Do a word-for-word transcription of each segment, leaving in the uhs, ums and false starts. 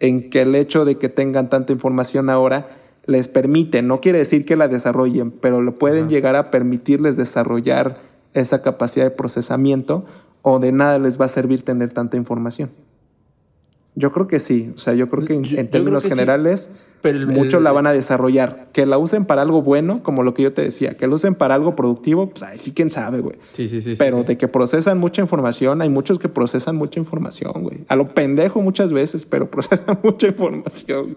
en que el hecho de que tengan tanta información ahora les permite, no quiere decir que la desarrollen, pero lo pueden uh-huh. llegar a permitirles desarrollar esa capacidad de procesamiento, o de nada les va a servir tener tanta información. Yo creo que sí, o sea, yo creo que en, yo, en términos generales sí, pero el, muchos el, la van a desarrollar. Que la usen para algo bueno, como lo que yo te decía, que la usen para algo productivo, pues ay, sí, quién sabe, güey. Sí, sí, sí. Pero sí, sí. de que procesan mucha información, hay muchos que procesan mucha información, güey. A lo pendejo muchas veces, pero procesan mucha información.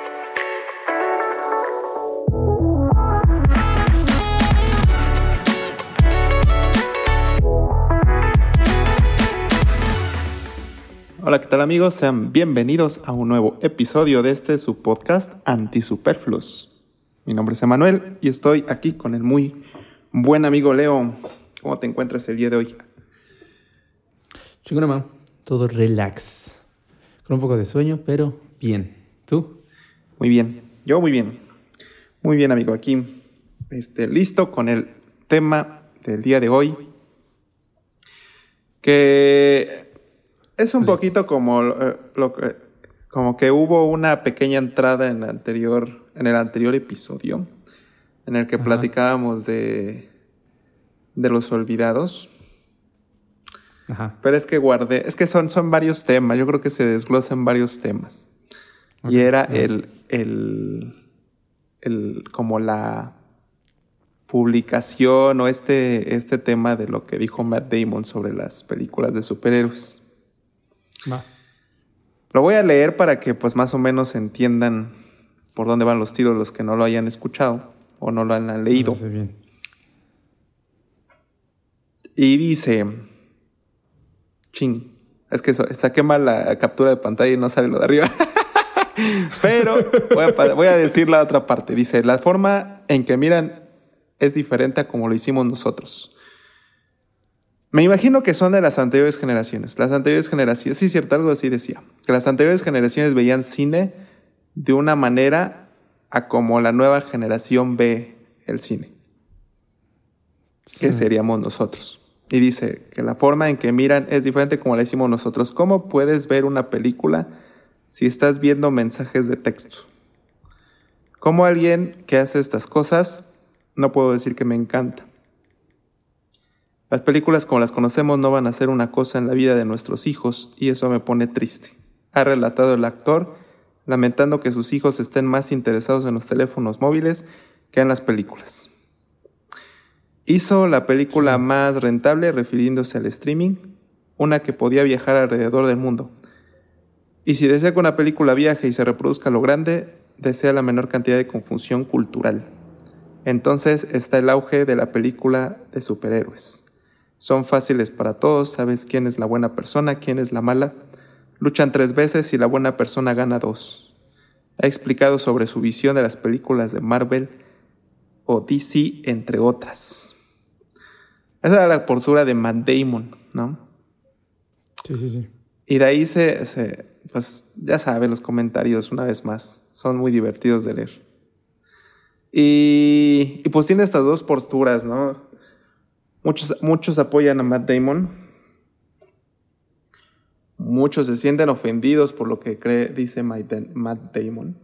Hola, ¿qué tal amigos? Sean bienvenidos a un nuevo episodio de este su podcast Antisuperfluos. Mi nombre es Emanuel y estoy aquí con el muy buen amigo Leo. ¿Cómo te encuentras el día de hoy? Chingón, mamá. Todo relax. Con un poco de sueño, pero bien. ¿Tú? Muy bien. Yo muy bien. Muy bien, amigo. Aquí este, listo con el tema del día de hoy. Que... Es un poquito como eh, lo que como que hubo una pequeña entrada en el anterior en el anterior episodio en el que Ajá. platicábamos de de los olvidados. Ajá. Pero es que guardé, es que son son varios temas, yo creo que se desglosan varios temas. Okay. Y era Ajá. el el el como la publicación o este este tema de lo que dijo Matt Damon sobre las películas de superhéroes. Va. Lo voy a leer para que pues más o menos entiendan por dónde van los tiros los que no lo hayan escuchado o no lo han leído. No, bien. Y dice, ching, es que saqué mal la captura de pantalla y no sale lo de arriba. Pero voy a, voy a decir la otra parte. Dice, la forma en que miran es diferente a como lo hicimos nosotros. Me imagino que son de las anteriores generaciones. Las anteriores generaciones, sí, cierto, algo así decía. Que las anteriores generaciones veían cine de una manera a como la nueva generación ve el cine. Sí. Que seríamos nosotros. Y dice que la forma en que miran es diferente como la hicimos nosotros. ¿Cómo puedes ver una película si estás viendo mensajes de texto? Como alguien que hace estas cosas, no puedo decir que me encanta. Las películas como las conocemos no van a ser una cosa en la vida de nuestros hijos y eso me pone triste. Ha relatado el actor, lamentando que sus hijos estén más interesados en los teléfonos móviles que en las películas. Hizo la película sí. más rentable refiriéndose al streaming, una que podía viajar alrededor del mundo. Y si desea que una película viaje y se reproduzca a lo grande, desea la menor cantidad de confusión cultural. Entonces está el auge de la película de superhéroes. Son fáciles para todos, sabes quién es la buena persona, quién es la mala. Luchan tres veces y la buena persona gana dos. Ha explicado sobre su visión de las películas de Marvel o D C, entre otras. Esa era la postura de Matt Damon, ¿no? Sí, sí, sí. Y de ahí se, se pues ya saben, los comentarios, una vez más, son muy divertidos de leer. Y, y pues tiene estas dos posturas, ¿no? Muchos, muchos apoyan a Matt Damon. Muchos se sienten ofendidos por lo que cree, dice Matt Damon.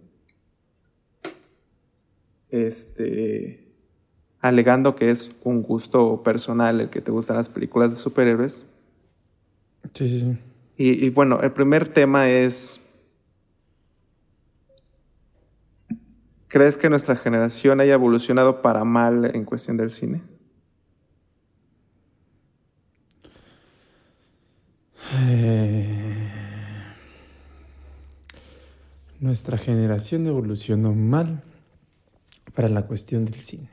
Este, alegando que es un gusto personal el que te gustan las películas de superhéroes. Sí, sí, sí. Y, y bueno, el primer tema es: ¿crees que nuestra generación haya evolucionado para mal en cuestión del cine? Eh, nuestra generación evolucionó mal para la cuestión del cine.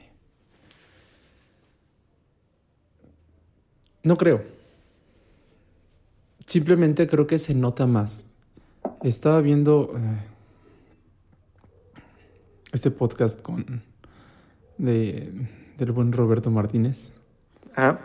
No creo. Simplemente creo que se nota más. Estaba viendo eh, este podcast con de, del buen Roberto Martínez. Ah.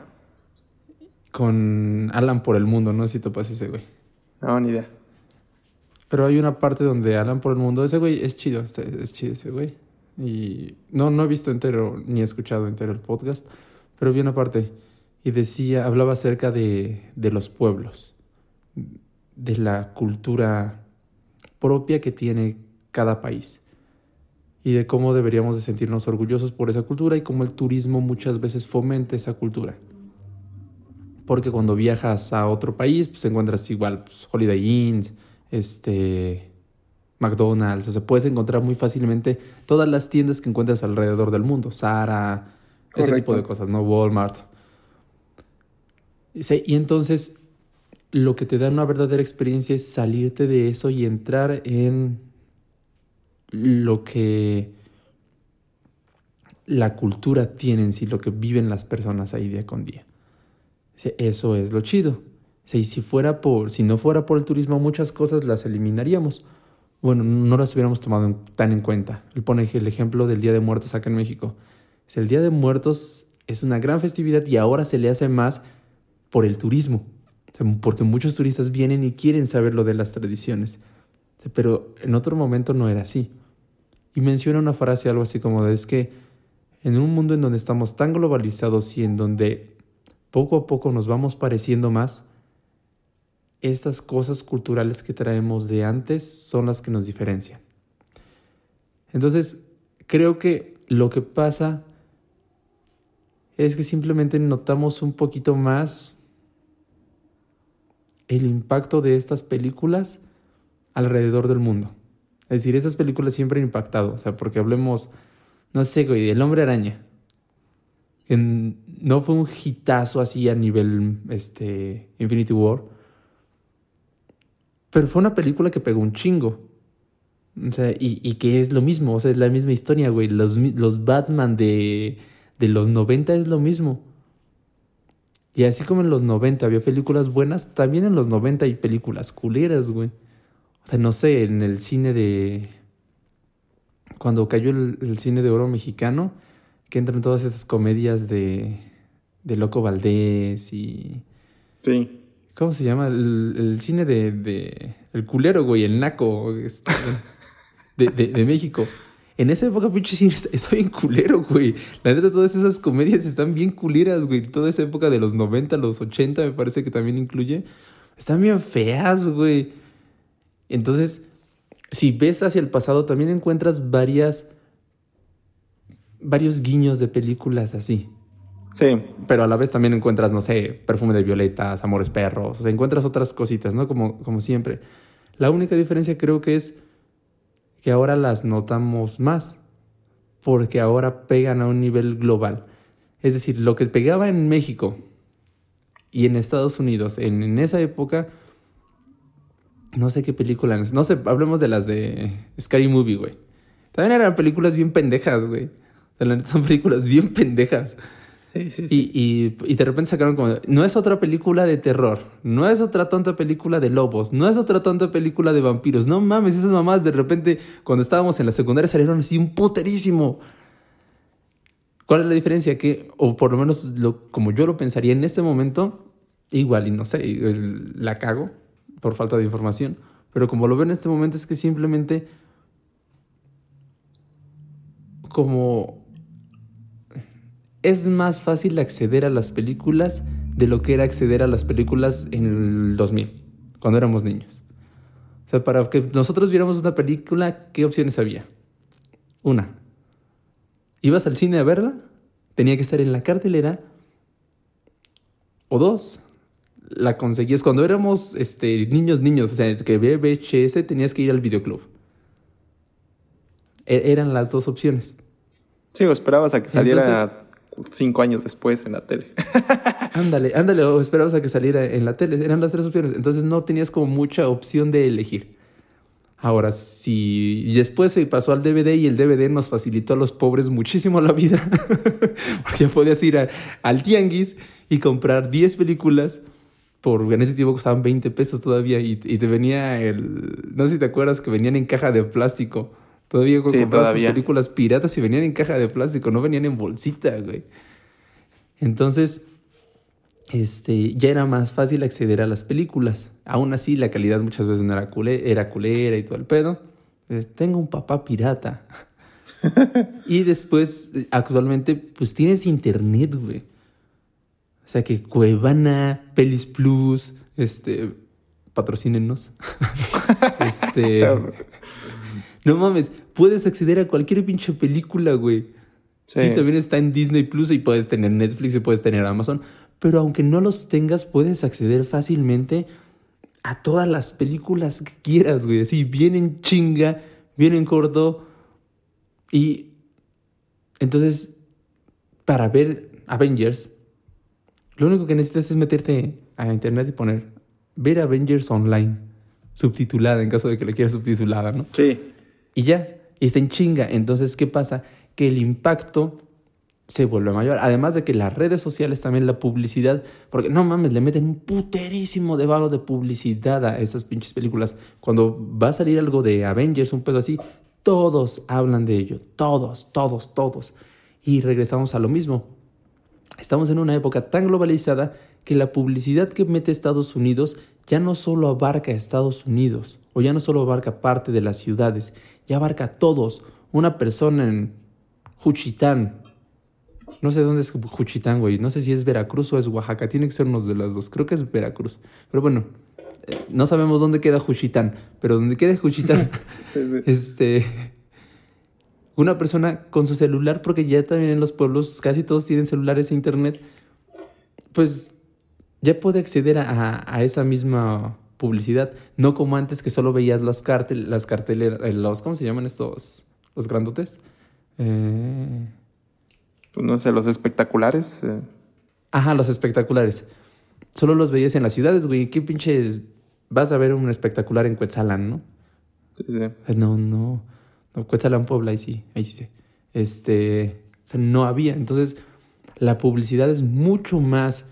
Con Alan por el Mundo, no sé si topas ese güey. No, ni idea. Pero hay una parte donde Alan por el Mundo, ese güey es chido, es chido ese güey. Y no, no he visto entero ni he escuchado entero el podcast, pero vi una parte y decía, hablaba acerca de, de los pueblos, de la cultura propia que tiene cada país. Y de cómo deberíamos de sentirnos orgullosos por esa cultura y cómo el turismo muchas veces fomenta esa cultura. Porque cuando viajas a otro país, pues encuentras igual pues, Holiday Inns, este, McDonald's, o sea, puedes encontrar muy fácilmente todas las tiendas que encuentras alrededor del mundo, Zara, Correcto. Ese tipo de cosas, ¿no? Walmart. Sí, y entonces lo que te da una verdadera experiencia es salirte de eso y entrar en lo que la cultura tiene en sí, lo que viven las personas ahí día con día. Eso es lo chido. Y si fuera por, si no fuera por el turismo, muchas cosas las eliminaríamos. Bueno, no las hubiéramos tomado en, tan en cuenta. Él pone el ejemplo del Día de Muertos acá en México. El Día de Muertos es una gran festividad y ahora se le hace más por el turismo. Porque muchos turistas vienen y quieren saber lo de las tradiciones. Pero en otro momento no era así. Y menciona una frase algo así como de, es que en un mundo en donde estamos tan globalizados y en donde poco a poco nos vamos pareciendo más, estas cosas culturales que traemos de antes son las que nos diferencian. Entonces, creo que lo que pasa es que simplemente notamos un poquito más el impacto de estas películas alrededor del mundo. Es decir, esas películas siempre han impactado. O sea, porque hablemos, no sé, güey, del Hombre Araña. Que no fue un hitazo así a nivel este, Infinity War. Pero fue una película que pegó un chingo. O sea, y, y que es lo mismo. O sea, es la misma historia, güey. Los, los Batman de, de los noventa es lo mismo. Y así como en los noventa había películas buenas, también en los noventa hay películas culeras, güey. O sea, no sé, en el cine de... Cuando cayó el, el cine de oro mexicano, que entran todas esas comedias de, de Loco Valdés y... Sí. ¿Cómo se llama? El, el cine de, de... El culero, güey, el naco este, de, de, de México. En esa época, pinche cine está, está bien culero, güey. La neta, todas esas comedias están bien culeras, güey. Toda esa época de los noventa, los ochenta, me parece que también incluye. Están bien feas, güey. Entonces, si ves hacia el pasado, también encuentras varias... varios guiños de películas así. Sí. Pero a la vez también encuentras, no sé, Perfume de Violetas, Amores Perros. O sea, encuentras otras cositas, ¿no? Como, como siempre. La única diferencia creo que es que ahora las notamos más. Porque ahora pegan a un nivel global. Es decir, lo que pegaba en México y en Estados Unidos en, en esa época... No sé qué película... No sé, hablemos de las de Scary Movie, güey. También eran películas bien pendejas, güey. O sea, la neta son películas bien pendejas. Sí, sí, sí. Y, y, y de repente sacaron como... No es otra película de terror. No es otra tonta película de lobos. No es otra tonta película de vampiros. No mames, esas mamás de repente... Cuando estábamos en la secundaria salieron así un puterísimo. ¿Cuál es la diferencia? Que, o por lo menos lo, como yo lo pensaría en este momento... Igual, y no sé, el, la cago por falta de información. Pero como lo veo en este momento es que simplemente... Como... Es más fácil acceder a las películas de lo que era acceder a las películas en el dos mil, cuando éramos niños. O sea, para que nosotros viéramos una película, ¿qué opciones había? Una. ¿Ibas al cine a verla? Tenía que estar en la cartelera. O dos. La conseguías cuando éramos este, niños, niños. O sea, que ve V H S tenías que ir al videoclub. E- eran las dos opciones. Sí, o esperabas a que saliera... Entonces, cinco años después en la tele. Ándale, ándale, o esperabas a que saliera en la tele. Eran las tres opciones. Entonces no tenías como mucha opción de elegir. Ahora, si después se pasó al D V D y el D V D nos facilitó a los pobres muchísimo la vida. Porque podías ir a, al tianguis y comprar diez películas. Por, en ese tiempo costaban veinte pesos todavía. Y, y te venía el... No sé si te acuerdas que venían en caja de plástico. Todavía sí, comprabas tus películas piratas y venían en caja de plástico, no venían en bolsita, güey. Entonces, este, ya era más fácil acceder a las películas. Aún así, la calidad muchas veces no era, culé, era culera y todo el pedo. Entonces, tengo un papá pirata. Y después, actualmente, pues tienes internet, güey. O sea, que Cuevana, Pelis Plus, este... patrocínenos. este... No mames, puedes acceder a cualquier pinche película, güey. Sí. sí, también está en Disney Plus y puedes tener Netflix y puedes tener Amazon. Pero aunque no los tengas, puedes acceder fácilmente a todas las películas que quieras, güey. Así, bien en chinga, bien en corto. Y entonces, para ver Avengers, lo único que necesitas es meterte a internet y poner ver Avengers online, subtitulada, en caso de que la quieras subtitulada, ¿no? Sí. Y ya, y está en chinga. Entonces, ¿qué pasa? Que el impacto se vuelve mayor. Además de que las redes sociales también, la publicidad, porque no mames, le meten un puterísimo de varo de publicidad a esas pinches películas. Cuando va a salir algo de Avengers, un pedo así, todos hablan de ello. Todos, todos, todos. Y regresamos a lo mismo. Estamos en una época tan globalizada que la publicidad que mete Estados Unidos ya no solo abarca a Estados Unidos, o ya no solo abarca parte de las ciudades, ya abarca a todos. Una persona en Juchitán, no sé dónde es Juchitán, güey, no sé si es Veracruz o es Oaxaca, tiene que ser uno de las dos, creo que es Veracruz, pero bueno, eh, no sabemos dónde queda Juchitán, pero donde quede Juchitán, sí, sí. este, una persona con su celular, porque ya también en los pueblos casi todos tienen celulares e internet, pues ya puede acceder a, a esa misma publicidad, no como antes que solo veías las cartel, las carteleras, los, ¿cómo se llaman estos? Los grandotes. Eh... Pues no sé, los espectaculares. Eh. Ajá, los espectaculares. Solo los veías en las ciudades, güey. ¿Qué pinches vas a ver un espectacular en Cuetzalan, no? Sí, sí. No, no. no Cuetzalan, Puebla, ahí sí, ahí sí sé. Este, o sea, no había. Entonces, la publicidad es mucho más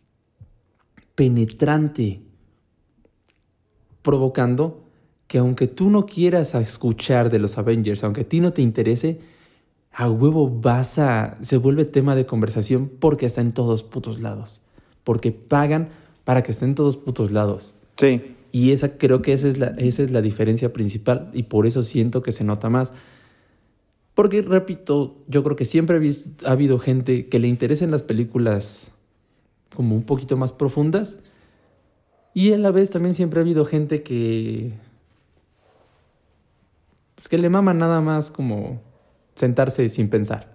penetrante, provocando que aunque tú no quieras escuchar de los Avengers, aunque a ti no te interese, a huevo vas a... se vuelve tema de conversación porque está en todos putos lados. Porque pagan para que esté en todos putos lados. Sí. Y esa creo que esa es la, esa es la diferencia principal y por eso siento que se nota más. Porque, repito, yo creo que siempre ha, visto, ha habido gente que le interesan las películas como un poquito más profundas y a la vez también siempre ha habido gente que... pues que le mama nada más como sentarse sin pensar.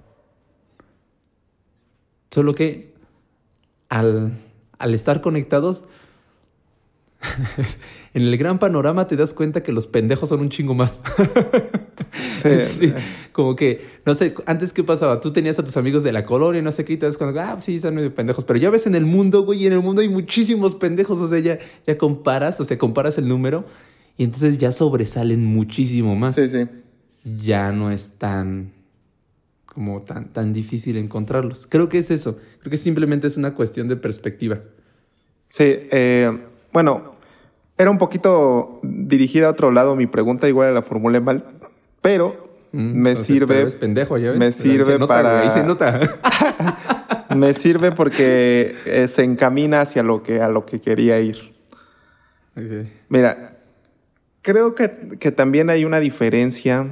Solo que al, al estar conectados, en el gran panorama te das cuenta que los pendejos son un chingo más. Sí, sí, como que, no sé, antes ¿qué pasaba? Tú tenías a tus amigos de la colonia y no sé qué, y te das cuenta, ah, sí, están medio pendejos. Pero ya ves en el mundo, güey, y en el mundo hay muchísimos pendejos. O sea, ya, ya comparas, o sea, comparas el número y entonces ya sobresalen muchísimo más. Sí, sí. Ya no es tan, como tan, tan difícil encontrarlos. Creo que es eso. Creo que simplemente es una cuestión de perspectiva. Sí, eh, bueno, era un poquito dirigida a otro lado mi pregunta, igual la formulé mal, pero mm, me entonces, sirve... Pero eres pendejo, ya ves. Me sirve se nota, para... Güey, ahí se nota. Me sirve porque eh, se encamina hacia lo que, a lo que quería ir. Okay. Mira, creo que, que también hay una diferencia...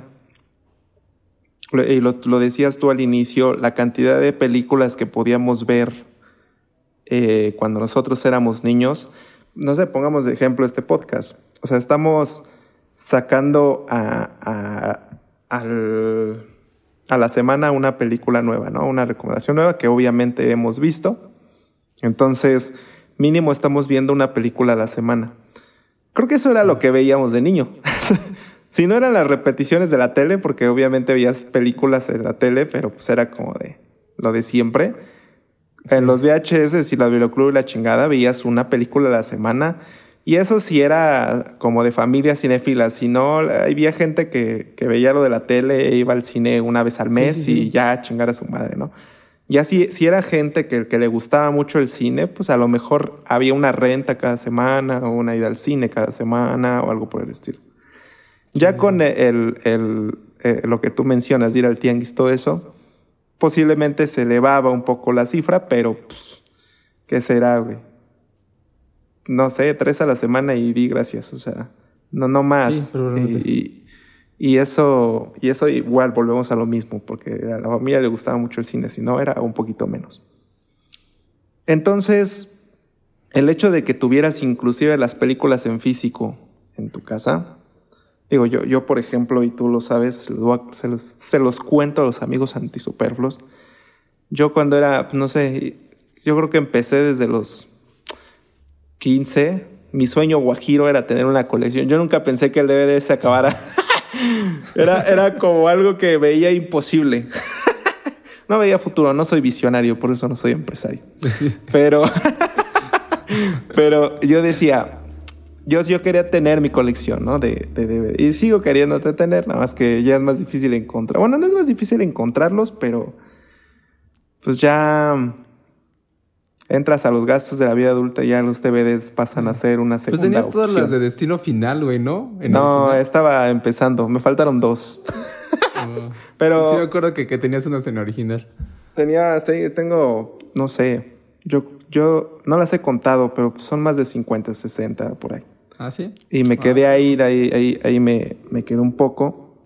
Y lo, lo decías tú al inicio, la cantidad de películas que podíamos ver eh, cuando nosotros éramos niños. No sé, pongamos de ejemplo este podcast. O sea, estamos sacando a, a, al, a la semana una película nueva, ¿no? Una recomendación nueva que obviamente hemos visto. Entonces, mínimo estamos viendo una película a la semana. Creo que eso era lo que veíamos de niño. Si no eran las repeticiones de la tele, porque obviamente veías películas en la tele, pero pues era como de lo de siempre. Sí. En los V H S y la Videoclub y la chingada veías una película a la semana. Y eso sí era como de familia cinéfila. Si no, había gente que, que veía lo de la tele e iba al cine una vez al mes, sí, sí, sí. Y ya a chingar a su madre, ¿no? Ya si, si era gente que, que le gustaba mucho el cine, pues a lo mejor había una renta cada semana o una ida al cine cada semana o algo por el estilo. Ya sí, con el, el, el, eh, lo que tú mencionas, de ir al tianguis, todo eso, posiblemente se elevaba un poco la cifra, pero pues, ¿qué será, güey? No sé, tres a la semana y di gracias, o sea, no, no más. Sí, probablemente. Y, y, eso, y eso igual volvemos a lo mismo, porque a la familia le gustaba mucho el cine, si no era un poquito menos. Entonces, el hecho de que tuvieras inclusive las películas en físico en tu casa, digo, yo, yo por ejemplo, y tú lo sabes, se los, se los, se los cuento a los amigos antisuperfluos. Yo cuando era, no sé, yo creo que empecé desde los quince. Mi sueño guajiro era tener una colección. Yo nunca pensé que el D V D se acabara. era, era como algo que veía imposible. No veía futuro, no soy visionario, por eso no soy empresario. Sí. Pero, pero yo decía, yo, yo quería tener mi colección, ¿no? De, de D V D. Y sigo queriendo tener, nada más que ya es más difícil encontrar. Bueno, no es más difícil encontrarlos, pero pues ya entras a los gastos de la vida adulta y ya los D V Ds pasan a ser una segunda Pues tenías opción. todas las de Destino Final, güey, ¿no? En no, original. Estaba empezando. Me faltaron dos. Oh. Pero sí, me acuerdo que, que tenías unas en original. Tenía, tengo, no sé, yo, yo no las he contado, pero son más de cincuenta, sesenta por ahí. ¿Ah, sí? Y me quedé ah. ahí, ahí, ahí, ahí me, me quedé un poco.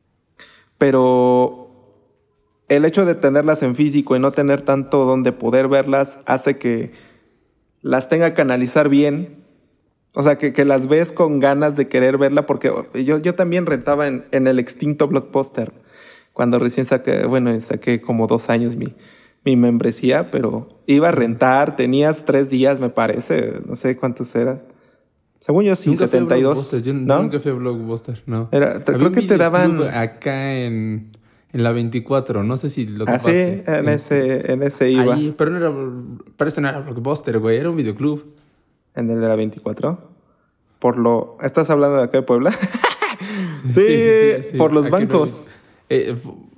Pero el hecho de tenerlas en físico y no tener tanto donde poder verlas hace que las tenga que analizar bien. O sea, que, que las ves con ganas de querer verla, porque yo, yo también rentaba en, en el extinto Blockbuster. Cuando recién saqué, bueno, saqué como dos años mi, mi membresía, pero iba a rentar, tenías tres días, me parece, no sé cuántos eran. Según yo, sí, nunca setenta y dos. Yo ¿no? nunca fui a Blockbuster, no. Era, te, creo que te daban... acá en, en la veinticuatro, no sé si lo Ah, topaste. sí, en, en ese, en ese iba. Ahí, pero no era, pero ese no era Blockbuster, güey, era un videoclub. ¿En el de la veinticuatro? Por lo... ¿Estás hablando de acá de Puebla? sí, sí, sí, sí, por los aquí bancos. No Eh,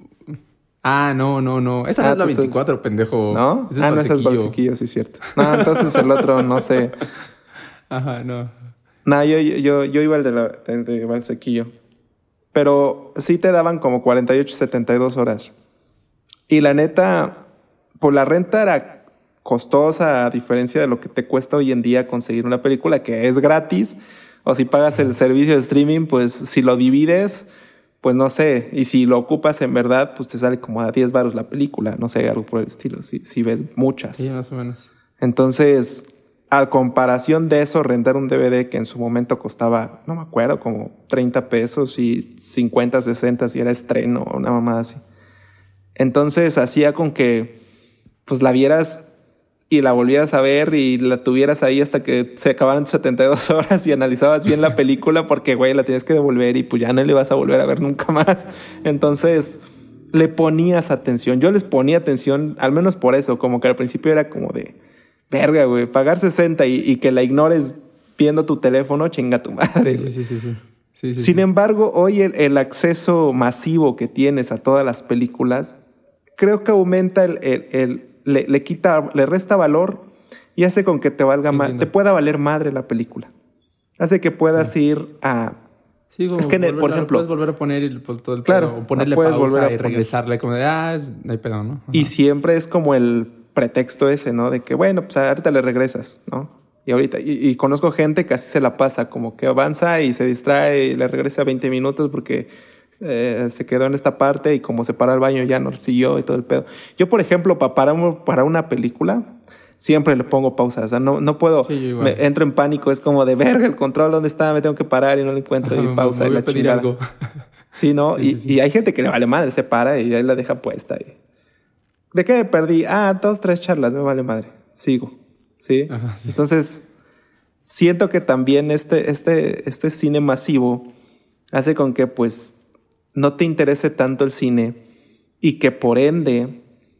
ah, no, no, no. Esa ah, no es la veinticuatro, estás... pendejo. ¿No? Ese ah, es no, esa es Valsequillo, sí es cierto. No, entonces el otro, no sé. Ajá, no. No, yo, yo, yo iba al de, la, el de Valsequillo. Pero sí te daban como cuarenta y ocho, setenta y dos horas. Y la neta, pues la renta era costosa a diferencia de lo que te cuesta hoy en día conseguir una película que es gratis. O si pagas el servicio de streaming, pues si lo divides... Pues no sé, y si lo ocupas en verdad, pues te sale como a diez baros la película, no sé, algo por el estilo, si, si ves muchas. Sí, más o menos. Entonces, a comparación de eso, rentar un D V D que en su momento costaba, no me acuerdo, como treinta pesos y cincuenta, sesenta si era estreno o una mamada así. Entonces, hacía con que pues la vieras y la volvieras a ver y la tuvieras ahí hasta que se acababan setenta y dos horas y analizabas bien la película porque, güey, la tienes que devolver y pues ya no le vas a volver a ver nunca más. Entonces, le ponías atención. Yo les ponía atención, al menos por eso, como que al principio era como de, verga, güey, pagar sesenta y, y que la ignores viendo tu teléfono, chinga tu madre. Sí, sí, sí, sí. sí, sí Sin sí. embargo, hoy el, el acceso masivo que tienes a todas las películas, creo que aumenta el... el, el Le, le quita, le resta valor y hace con que te valga sí, ma- te pueda valer madre la película. Hace que puedas sí. ir a... Sí, como es que, volver, por ejemplo... Puedes volver a poner el, todo el claro, pedo, o ponerle puedes pausa volver a y regresarle como de, ah, no hay pedo, ¿no? Ajá. Y siempre es como el pretexto ese, ¿no? De que, bueno, pues ahorita le regresas, ¿no? Y ahorita... Y, y conozco gente que así se la pasa, como que avanza y se distrae y le regresa veinte minutos porque... Eh, se quedó en esta parte y como se para el baño ya no siguió y todo el pedo. Yo, por ejemplo, pa, para, para una película siempre le pongo pausa. O sea, no, no puedo, sí, me entro en pánico. Es como de verga, el control dónde está, me tengo que parar y no lo encuentro. Ajá, y pausa me voy y la a pedir chingada. Algo. Sí, ¿no? Sí, y, sí, sí. y hay gente que le vale madre, se para y ahí la deja puesta. Y... ¿De qué me perdí? Ah, dos, tres charlas, me vale madre. Sigo. ¿Sí? Ajá, sí. Entonces, siento que también este, este, este cine masivo hace con que, pues, no te interese tanto el cine y que por ende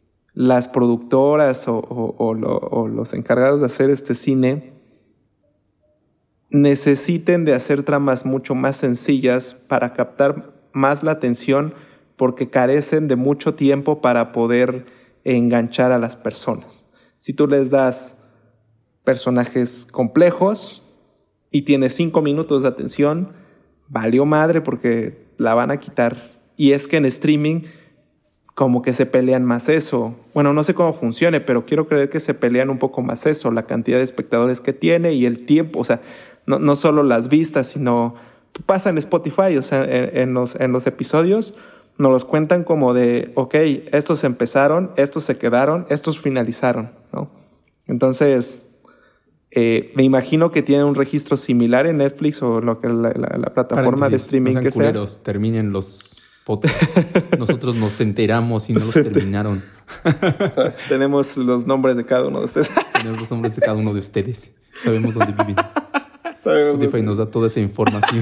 las productoras o, o, o, lo, o los encargados de hacer este cine necesiten de hacer tramas mucho más sencillas para captar más la atención porque carecen de mucho tiempo para poder enganchar a las personas. Si tú les das personajes complejos y tienes cinco minutos de atención, valió madre porque la van a quitar. Y es que en streaming como que se pelean más eso. Bueno, no sé cómo funcione, pero quiero creer que se pelean un poco más eso, la cantidad de espectadores que tiene y el tiempo. O sea, no, no solo las vistas, sino pasa en Spotify, o sea, en, en, los, en los episodios nos los cuentan como de, ok, estos empezaron, estos se quedaron, estos finalizaron, ¿no? Entonces, Eh, me imagino que tienen un registro similar en Netflix o lo que la, la, la plataforma de streaming no sean que culeros, sea. Terminen los podcasts. Nosotros nos enteramos y no los terminaron. O sea, tenemos los nombres de cada uno de ustedes. Tenemos los nombres de cada uno de ustedes. Sabemos dónde viven. Sabemos Spotify dónde... nos da toda esa información.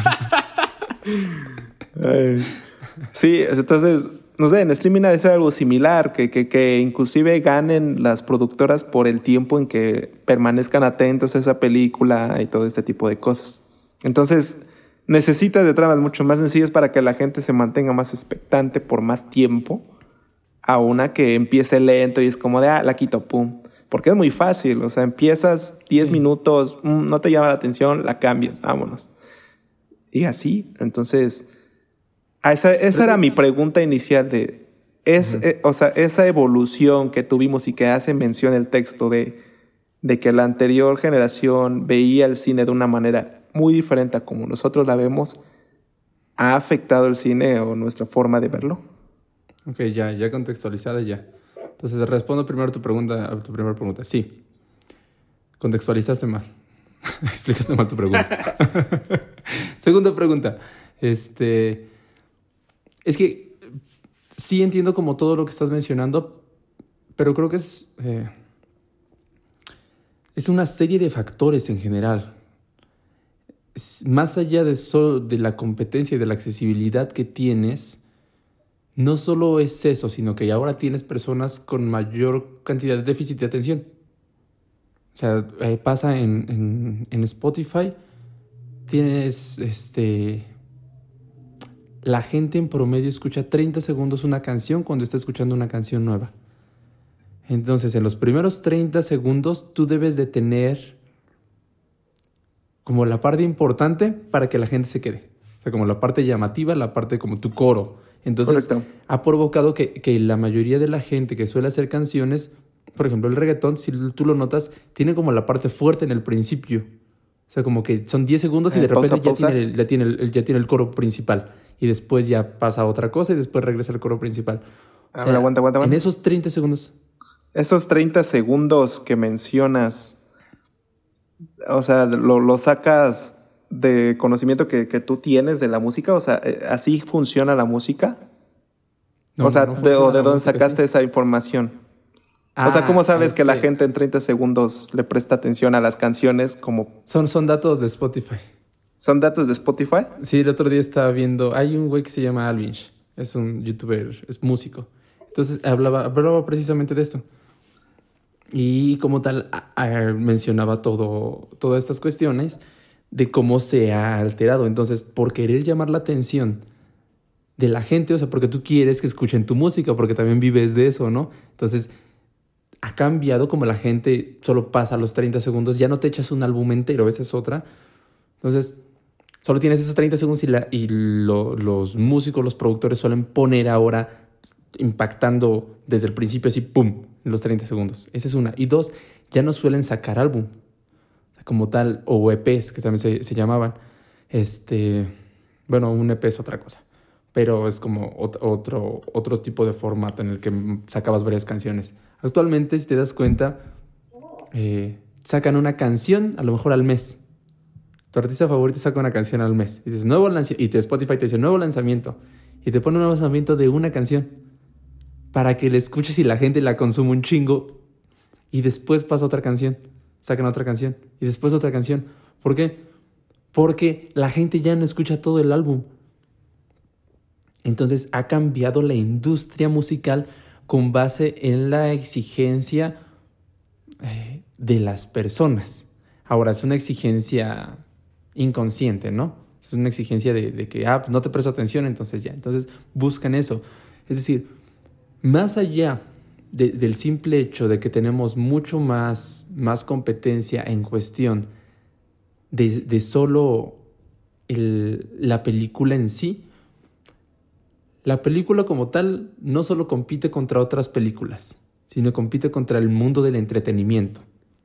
Ay. Sí, entonces, no sé, en streaming ha de ser algo similar, que, que, que inclusive ganen las productoras por el tiempo en que permanezcan atentos a esa película y todo este tipo de cosas. Entonces, necesitas de tramas mucho más sencillas para que la gente se mantenga más expectante por más tiempo, a una que empiece lento y es como de, ah, la quito, pum. Porque es muy fácil, o sea, empiezas diez sí. minutos, mm, no te llama la atención, la cambias, vámonos. Y así, entonces... Esa, esa era mi pregunta inicial de, es, uh-huh. eh, o sea, esa evolución que tuvimos y que hace mención el texto de, de que la anterior generación veía el cine de una manera muy diferente a como nosotros la vemos, ¿ha afectado el cine o nuestra forma de verlo? Ok, ya, ya contextualizada ya. Entonces respondo primero a tu pregunta, a tu primera pregunta. Sí, contextualizaste mal. Explicaste mal tu pregunta. Segunda pregunta, este... Es que sí entiendo como todo lo que estás mencionando, pero creo que es, eh, es una serie de factores en general. Es, más allá de, so, de la competencia y de la accesibilidad que tienes, no solo es eso, sino que ahora tienes personas con mayor cantidad de déficit de atención. O sea, eh, pasa en, en, en Spotify, tienes este... La gente en promedio escucha treinta segundos una canción cuando está escuchando una canción nueva. Entonces, en los primeros treinta segundos, tú debes de tener como la parte importante para que la gente se quede. O sea, como la parte llamativa, la parte como tu coro. Entonces, correcto. Ha provocado que, que la mayoría de la gente que suele hacer canciones, por ejemplo, el reggaetón, si tú lo notas, tiene como la parte fuerte en el principio. O sea, como que son diez segundos y de repente ya tiene, el, ya, tiene el, ya tiene el coro principal. Y después ya pasa a otra cosa y después regresa al coro principal. O sea, ver, aguanta, aguanta, aguanta. En esos treinta segundos. Esos treinta segundos que mencionas, o sea, lo, lo sacas de conocimiento que, que tú tienes de la música. O sea, ¿así funciona la música? No, o sea, no de, ¿o de dónde sacaste sí. esa información? Ah, o sea, ¿cómo sabes es que, que la gente en treinta segundos le presta atención a las canciones como...? Son, son datos de Spotify. ¿Son datos de Spotify? Sí, el otro día estaba viendo... Hay un güey que se llama Alvinch. Es un youtuber, es músico. Entonces hablaba, hablaba precisamente de esto. Y como tal, a, a, mencionaba todo, todas estas cuestiones de cómo se ha alterado. Entonces, por querer llamar la atención de la gente, o sea, porque tú quieres que escuchen tu música, porque también vives de eso, ¿no? Entonces... ha cambiado como la gente solo pasa los treinta segundos, ya no te echas un álbum entero, esa es otra. Entonces, solo tienes esos treinta segundos y, la, y lo, los músicos, los productores suelen poner ahora impactando desde el principio así, ¡pum!, en los treinta segundos. Esa es una. Y dos, ya no suelen sacar álbum como tal, o E Pes, que también se, se llamaban. Este, bueno, un E Pe es otra cosa, pero es como otro, otro tipo de formato en el que sacabas varias canciones. Actualmente, si te das cuenta, eh, sacan una canción a lo mejor al mes. Tu artista favorito saca una canción al mes. Y dices, nuevo lanzamiento. Y te Spotify te dice, nuevo lanzamiento. Y te pone un nuevo lanzamiento de una canción. Para que la escuches y la gente la consume un chingo. Y después pasa otra canción. Sacan otra canción. Y después otra canción. ¿Por qué? Porque la gente ya no escucha todo el álbum. Entonces ha cambiado la industria musical con base en la exigencia eh, de las personas. Ahora, es una exigencia inconsciente, ¿no? Es una exigencia de, de que, ah, pues no te presto atención, entonces ya. Entonces buscan eso. Es decir, más allá de, del simple hecho de que tenemos mucho más, más competencia en cuestión de, de solo el, la película en sí, la película como tal no solo compite contra otras películas, sino compite contra el mundo del entretenimiento.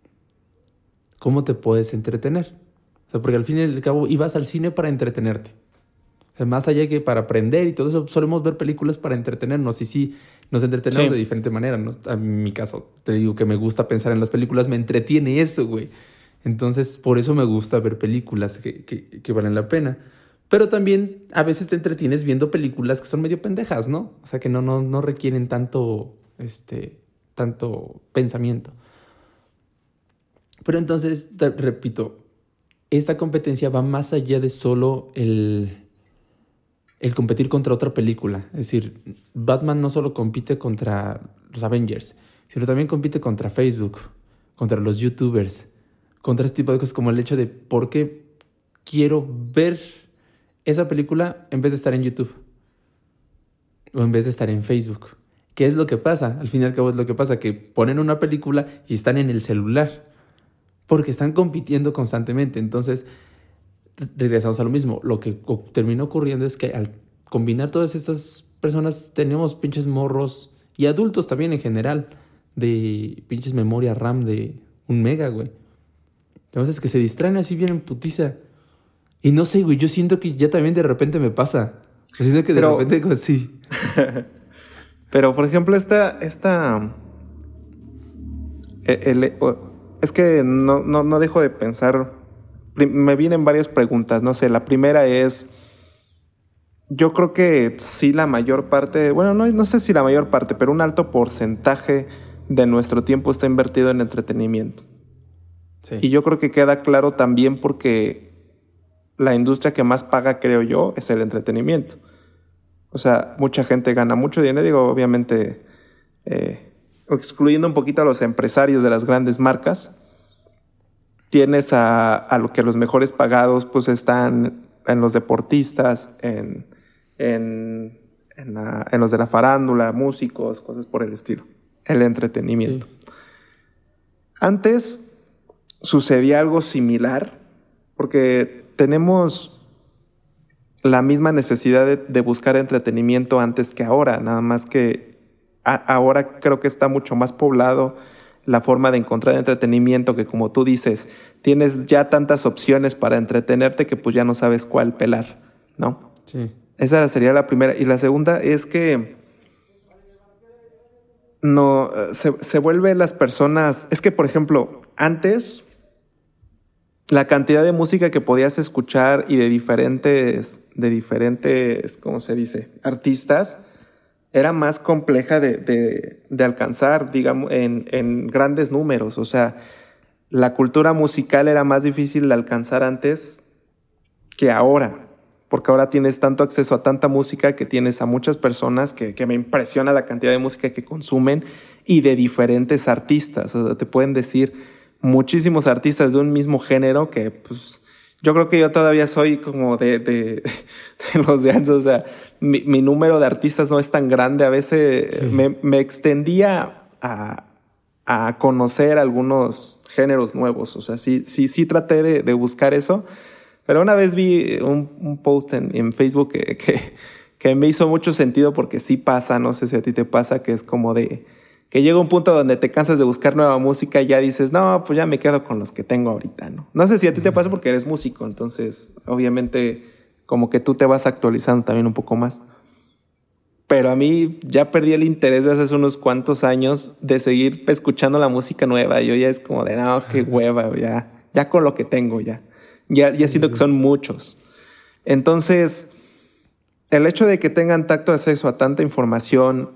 ¿Cómo te puedes entretener? O sea, porque al fin y al cabo ibas al cine para entretenerte. O sea, más allá que para aprender y todo eso, solemos ver películas para entretenernos. Y sí, nos entretenemos sí. de diferente manera, ¿no? En mi caso, te digo que me gusta pensar en las películas, me entretiene eso, güey. Entonces, por eso me gusta ver películas que, que, que valen la pena. Pero también a veces te entretienes viendo películas que son medio pendejas, ¿no? O sea, que no, no, no requieren tanto, este, tanto pensamiento. Pero entonces, te repito, esta competencia va más allá de solo el, el competir contra otra película. Es decir, Batman no solo compite contra los Avengers, sino también compite contra Facebook, contra los YouTubers, contra este tipo de cosas, como el hecho de por qué quiero ver esa película en vez de estar en YouTube o en vez de estar en Facebook. ¿Qué es lo que pasa? Al fin y al cabo es lo que pasa, que ponen una película y están en el celular porque están compitiendo constantemente. Entonces, regresamos a lo mismo. Lo que terminó ocurriendo es que al combinar todas estas personas, tenemos pinches morros y adultos también en general de pinches memoria RAM de un mega, güey. Entonces, que se distraen así bien en putiza. Y no sé, güey, yo siento que ya también de repente me pasa. Yo siento que de Pero, repente como así. Pero, por ejemplo, esta... esta el, el, es que no, no, no dejo de pensar. Me vienen varias preguntas. No sé, la primera es... Yo creo que sí la mayor parte... Bueno, no, no sé si la mayor parte, pero un alto porcentaje de nuestro tiempo está invertido en entretenimiento. Sí. Y yo creo que queda claro también porque... la industria que más paga, creo yo, es el entretenimiento. O sea, mucha gente gana mucho dinero, digo, obviamente, eh, excluyendo un poquito a los empresarios de las grandes marcas, tienes a, a lo que los mejores pagados pues están en los deportistas, en, en, en, la, en los de la farándula, músicos, cosas por el estilo. El entretenimiento. Sí. Antes sucedía algo similar, porque tenemos la misma necesidad de, de buscar entretenimiento antes que ahora, nada más que a, ahora creo que está mucho más poblado la forma de encontrar entretenimiento, que como tú dices, tienes ya tantas opciones para entretenerte que pues ya no sabes cuál pelar, ¿no? Sí. Esa sería la primera. Y la segunda es que no se, se vuelve las personas... Es que, por ejemplo, antes... la cantidad de música que podías escuchar y de diferentes, de diferentes, ¿cómo se dice?, artistas, era más compleja de, de, de alcanzar, digamos, en, en grandes números. O sea, la cultura musical era más difícil de alcanzar antes que ahora, porque ahora tienes tanto acceso a tanta música que tienes a muchas personas que, que me impresiona la cantidad de música que consumen y de diferentes artistas. O sea, te pueden decir... muchísimos artistas de un mismo género que, pues, yo creo que yo todavía soy como de, de, de los de antes. O sea, mi, mi número de artistas no es tan grande. A veces sí. me, me extendía a, a conocer algunos géneros nuevos. O sea, sí, sí, sí traté de, de buscar eso. Pero una vez vi un, un post en, en Facebook que, que, que me hizo mucho sentido porque sí pasa, no sé si a ti te pasa, que es como de... que llega un punto donde te cansas de buscar nueva música y ya dices, no, pues ya me quedo con los que tengo ahorita, ¿no? No sé si a ti te pasa porque eres músico, entonces obviamente como que tú te vas actualizando también un poco más. Pero a mí ya perdí el interés de hace unos cuantos años de seguir escuchando la música nueva. Yo ya es como de, no, qué hueva, ya, ya con lo que tengo ya. Ya, ya siento que son muchos. Entonces, el hecho de que tengan tacto acceso a tanta información...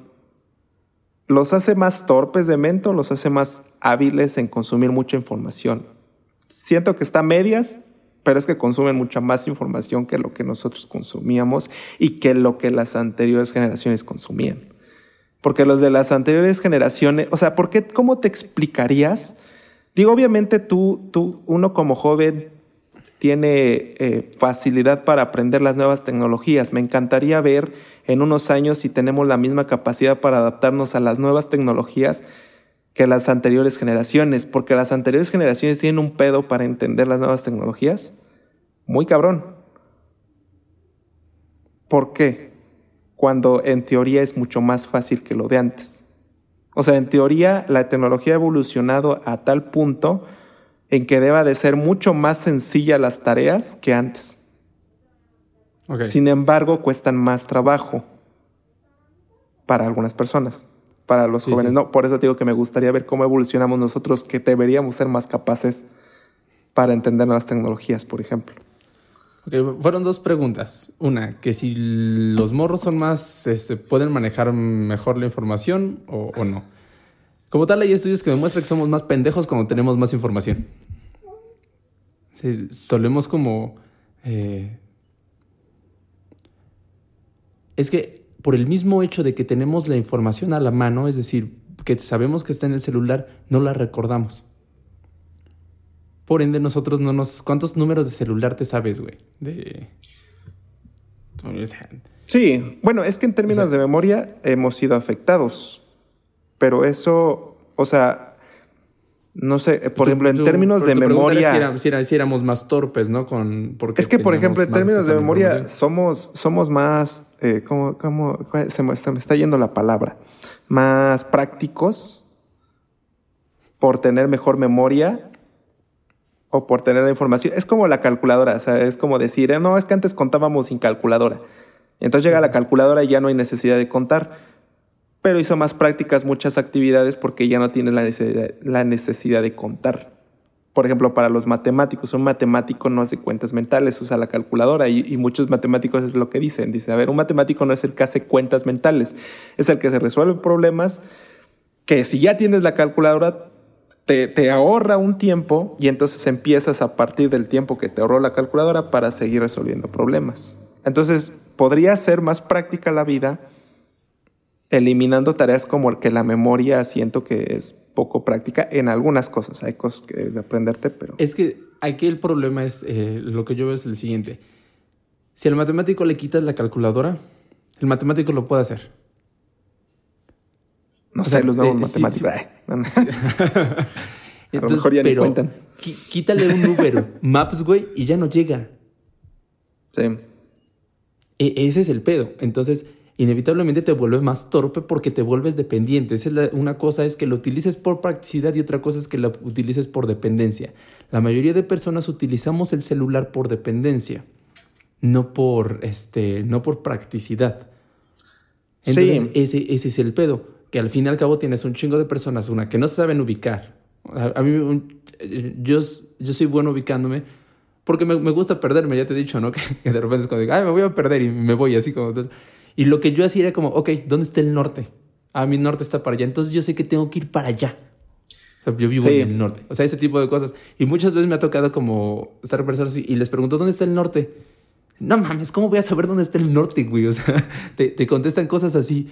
¿los hace más torpes de mente o los hace más hábiles en consumir mucha información? Siento que está a medias, pero es que consumen mucha más información que lo que nosotros consumíamos y que lo que las anteriores generaciones consumían. Porque los de las anteriores generaciones... O sea, ¿por qué? ¿Cómo te explicarías? Digo, obviamente tú, tú uno como joven tiene eh, facilidad para aprender las nuevas tecnologías. Me encantaría ver en unos años si tenemos la misma capacidad para adaptarnos a las nuevas tecnologías que las anteriores generaciones, porque las anteriores generaciones tienen un pedo para entender las nuevas tecnologías muy cabrón. ¿Por qué? Cuando en teoría es mucho más fácil que lo de antes. O sea, en teoría la tecnología ha evolucionado a tal punto en que deba de ser mucho más sencilla las tareas que antes. Okay. Sin embargo, cuestan más trabajo para algunas personas, para los sí, jóvenes. Sí. No, por eso te digo que me gustaría ver cómo evolucionamos nosotros, que deberíamos ser más capaces para entender nuevas tecnologías, por ejemplo. Okay, fueron dos preguntas. Una, que si los morros son más, este, pueden manejar mejor la información o, o no. Como tal, hay estudios que demuestran que somos más pendejos cuando tenemos más información. Sí, solemos como... Eh... Es que por el mismo hecho de que tenemos la información a la mano, es decir, que sabemos que está en el celular, no la recordamos. Por ende, nosotros no nos... ¿Cuántos números de celular te sabes, güey? De... Sí, bueno, es que en términos o sea, de memoria hemos sido afectados. Pero eso, o sea, no sé, por tú, ejemplo, en tú, términos de memoria... Si, era, si, era, si éramos más torpes, ¿no? Con, porque es que, por ejemplo, en términos de memoria somos, somos más... Eh, ¿cómo, cómo, se me está, me está yendo la palabra? Más prácticos por tener mejor memoria o por tener la información. Es como la calculadora, o sea, es como decir, eh, no, es que antes contábamos sin calculadora. Entonces llega sí. la calculadora y ya no hay necesidad de contar. Pero hizo más prácticas muchas actividades porque ya no tiene la necesidad, la necesidad de contar. Por ejemplo, para los matemáticos, un matemático no hace cuentas mentales, usa la calculadora y, y muchos matemáticos es lo que dicen. Dice, a ver, un matemático no es el que hace cuentas mentales, es el que se resuelve problemas que si ya tienes la calculadora te, te ahorra un tiempo y entonces empiezas a partir del tiempo que te ahorró la calculadora para seguir resolviendo problemas. Entonces, podría ser más práctica la vida eliminando tareas como el que la memoria siento que es poco práctica en algunas cosas. Hay cosas que debes de aprenderte, pero... Es que aquí el problema es, eh, lo que yo veo es el siguiente. Si al matemático le quitas la calculadora, el matemático lo puede hacer. No o sé, sea, los nuevos eh, matemáticos. Sí, sí. No, no. Sí. Entonces, a lo mejor ya pero, ni cuentan. Qu- quítale un número, Maps, güey, y ya no llega. Sí. E- ese es el pedo. Entonces... inevitablemente te vuelves más torpe porque te vuelves dependiente. Esa es la, una cosa es que lo utilices por practicidad y otra cosa es que lo utilices por dependencia. La mayoría de personas utilizamos el celular por dependencia, no por, este, no por practicidad. Entonces, sí. ese, ese es el pedo, que al fin y al cabo tienes un chingo de personas, una, que no se saben ubicar. A, a mí, un, yo, yo soy bueno ubicándome porque me, me gusta perderme, ya te he dicho, ¿no? Que, que de repente es cuando digo, ay, me voy a perder y me voy así como... Y lo que yo hacía era como, ok, ¿dónde está el norte? Ah, mi norte está para allá. Entonces yo sé que tengo que ir para allá. O sea, yo vivo sí. en el norte. O sea, ese tipo de cosas. Y muchas veces me ha tocado como estar personas y les pregunto, ¿dónde está el norte? No mames, ¿cómo voy a saber dónde está el norte, güey? O sea, te, te contestan cosas así.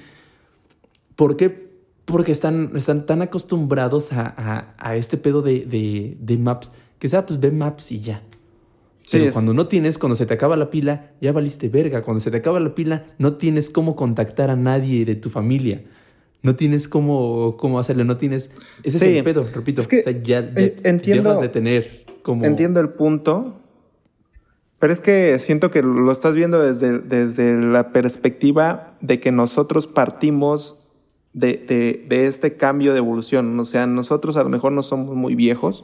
¿Por qué? Porque están, están tan acostumbrados a, a, a este pedo de, de, de Maps. Que sea, pues ve Maps y ya. Pero sí, cuando no tienes, cuando se te acaba la pila, ya valiste verga. Cuando se te acaba la pila, no tienes cómo contactar a nadie de tu familia. No tienes cómo, cómo hacerlo, no tienes... Ese sí. es el pedo, repito. Es que o sea, ya, ya entiendo, dejas de tener como... Entiendo el punto, pero es que siento que lo estás viendo desde, desde la perspectiva de que nosotros partimos de, de, de este cambio de evolución. O sea, nosotros a lo mejor no somos muy viejos,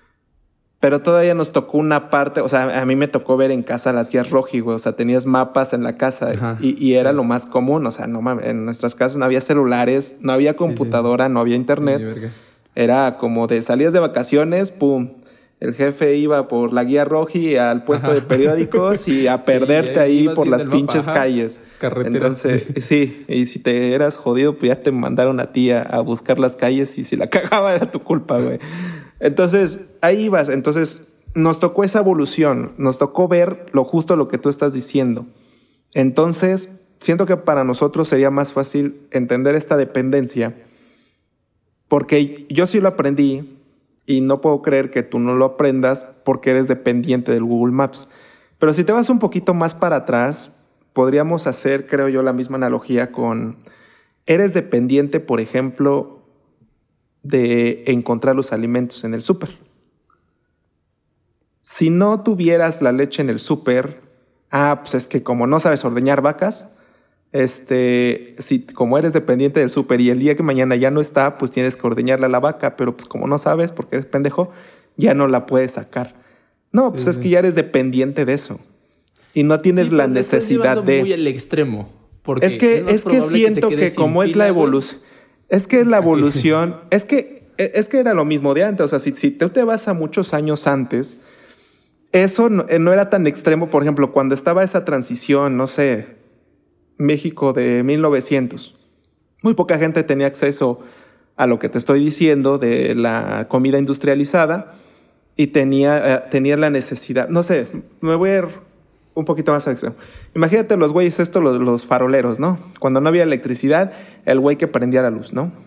pero todavía nos tocó una parte, o sea, a mí me tocó ver en casa las guías roji, güey. O sea, tenías mapas en la casa y, y era sí. lo más común. O sea, no mames, en nuestras casas no había celulares, no había computadora, sí, sí. no había internet. Sí, era como de salías de vacaciones, pum. El jefe iba por la guía roji al puesto Ajá. de periódicos y a perderte sí, ahí por las pinches mapa. calles. Carreteras. Entonces, sí. sí, y si te eras jodido, pues ya te mandaron a ti a, a buscar las calles y si la cagaba era tu culpa, güey. Entonces, ahí ibas. Entonces, nos tocó esa evolución. Nos tocó ver lo justo lo que tú estás diciendo. Entonces, siento que para nosotros sería más fácil entender esta dependencia. Porque yo sí lo aprendí y no puedo creer que tú no lo aprendas porque eres dependiente del Google Maps. Pero si te vas un poquito más para atrás, podríamos hacer, creo yo, la misma analogía con... Eres dependiente, por ejemplo... de encontrar los alimentos en el súper. Si no tuvieras la leche en el súper, ah, pues es que como no sabes ordeñar vacas, este, si como eres dependiente del súper y el día que mañana ya no está, pues tienes que ordeñarle a la vaca, pero pues como no sabes porque eres pendejo, ya no la puedes sacar. No, pues sí, es sí. que ya eres dependiente de eso y no tienes sí, la necesidad de... muy al extremo. Porque es que, es, es que siento que, que como es la evolución... Es que es la evolución, es que es que era lo mismo de antes. O sea, si, si tú te vas a muchos años antes, eso no, no era tan extremo. Por ejemplo, cuando estaba esa transición, no sé, México de mil novecientos, muy poca gente tenía acceso a lo que te estoy diciendo de la comida industrializada y tenía, eh, tenía la necesidad, no sé, me voy a ir un poquito más al extremo. Imagínate los güeyes estos, los, los faroleros, ¿no? Cuando no había electricidad, el güey que prendía la luz, ¿no?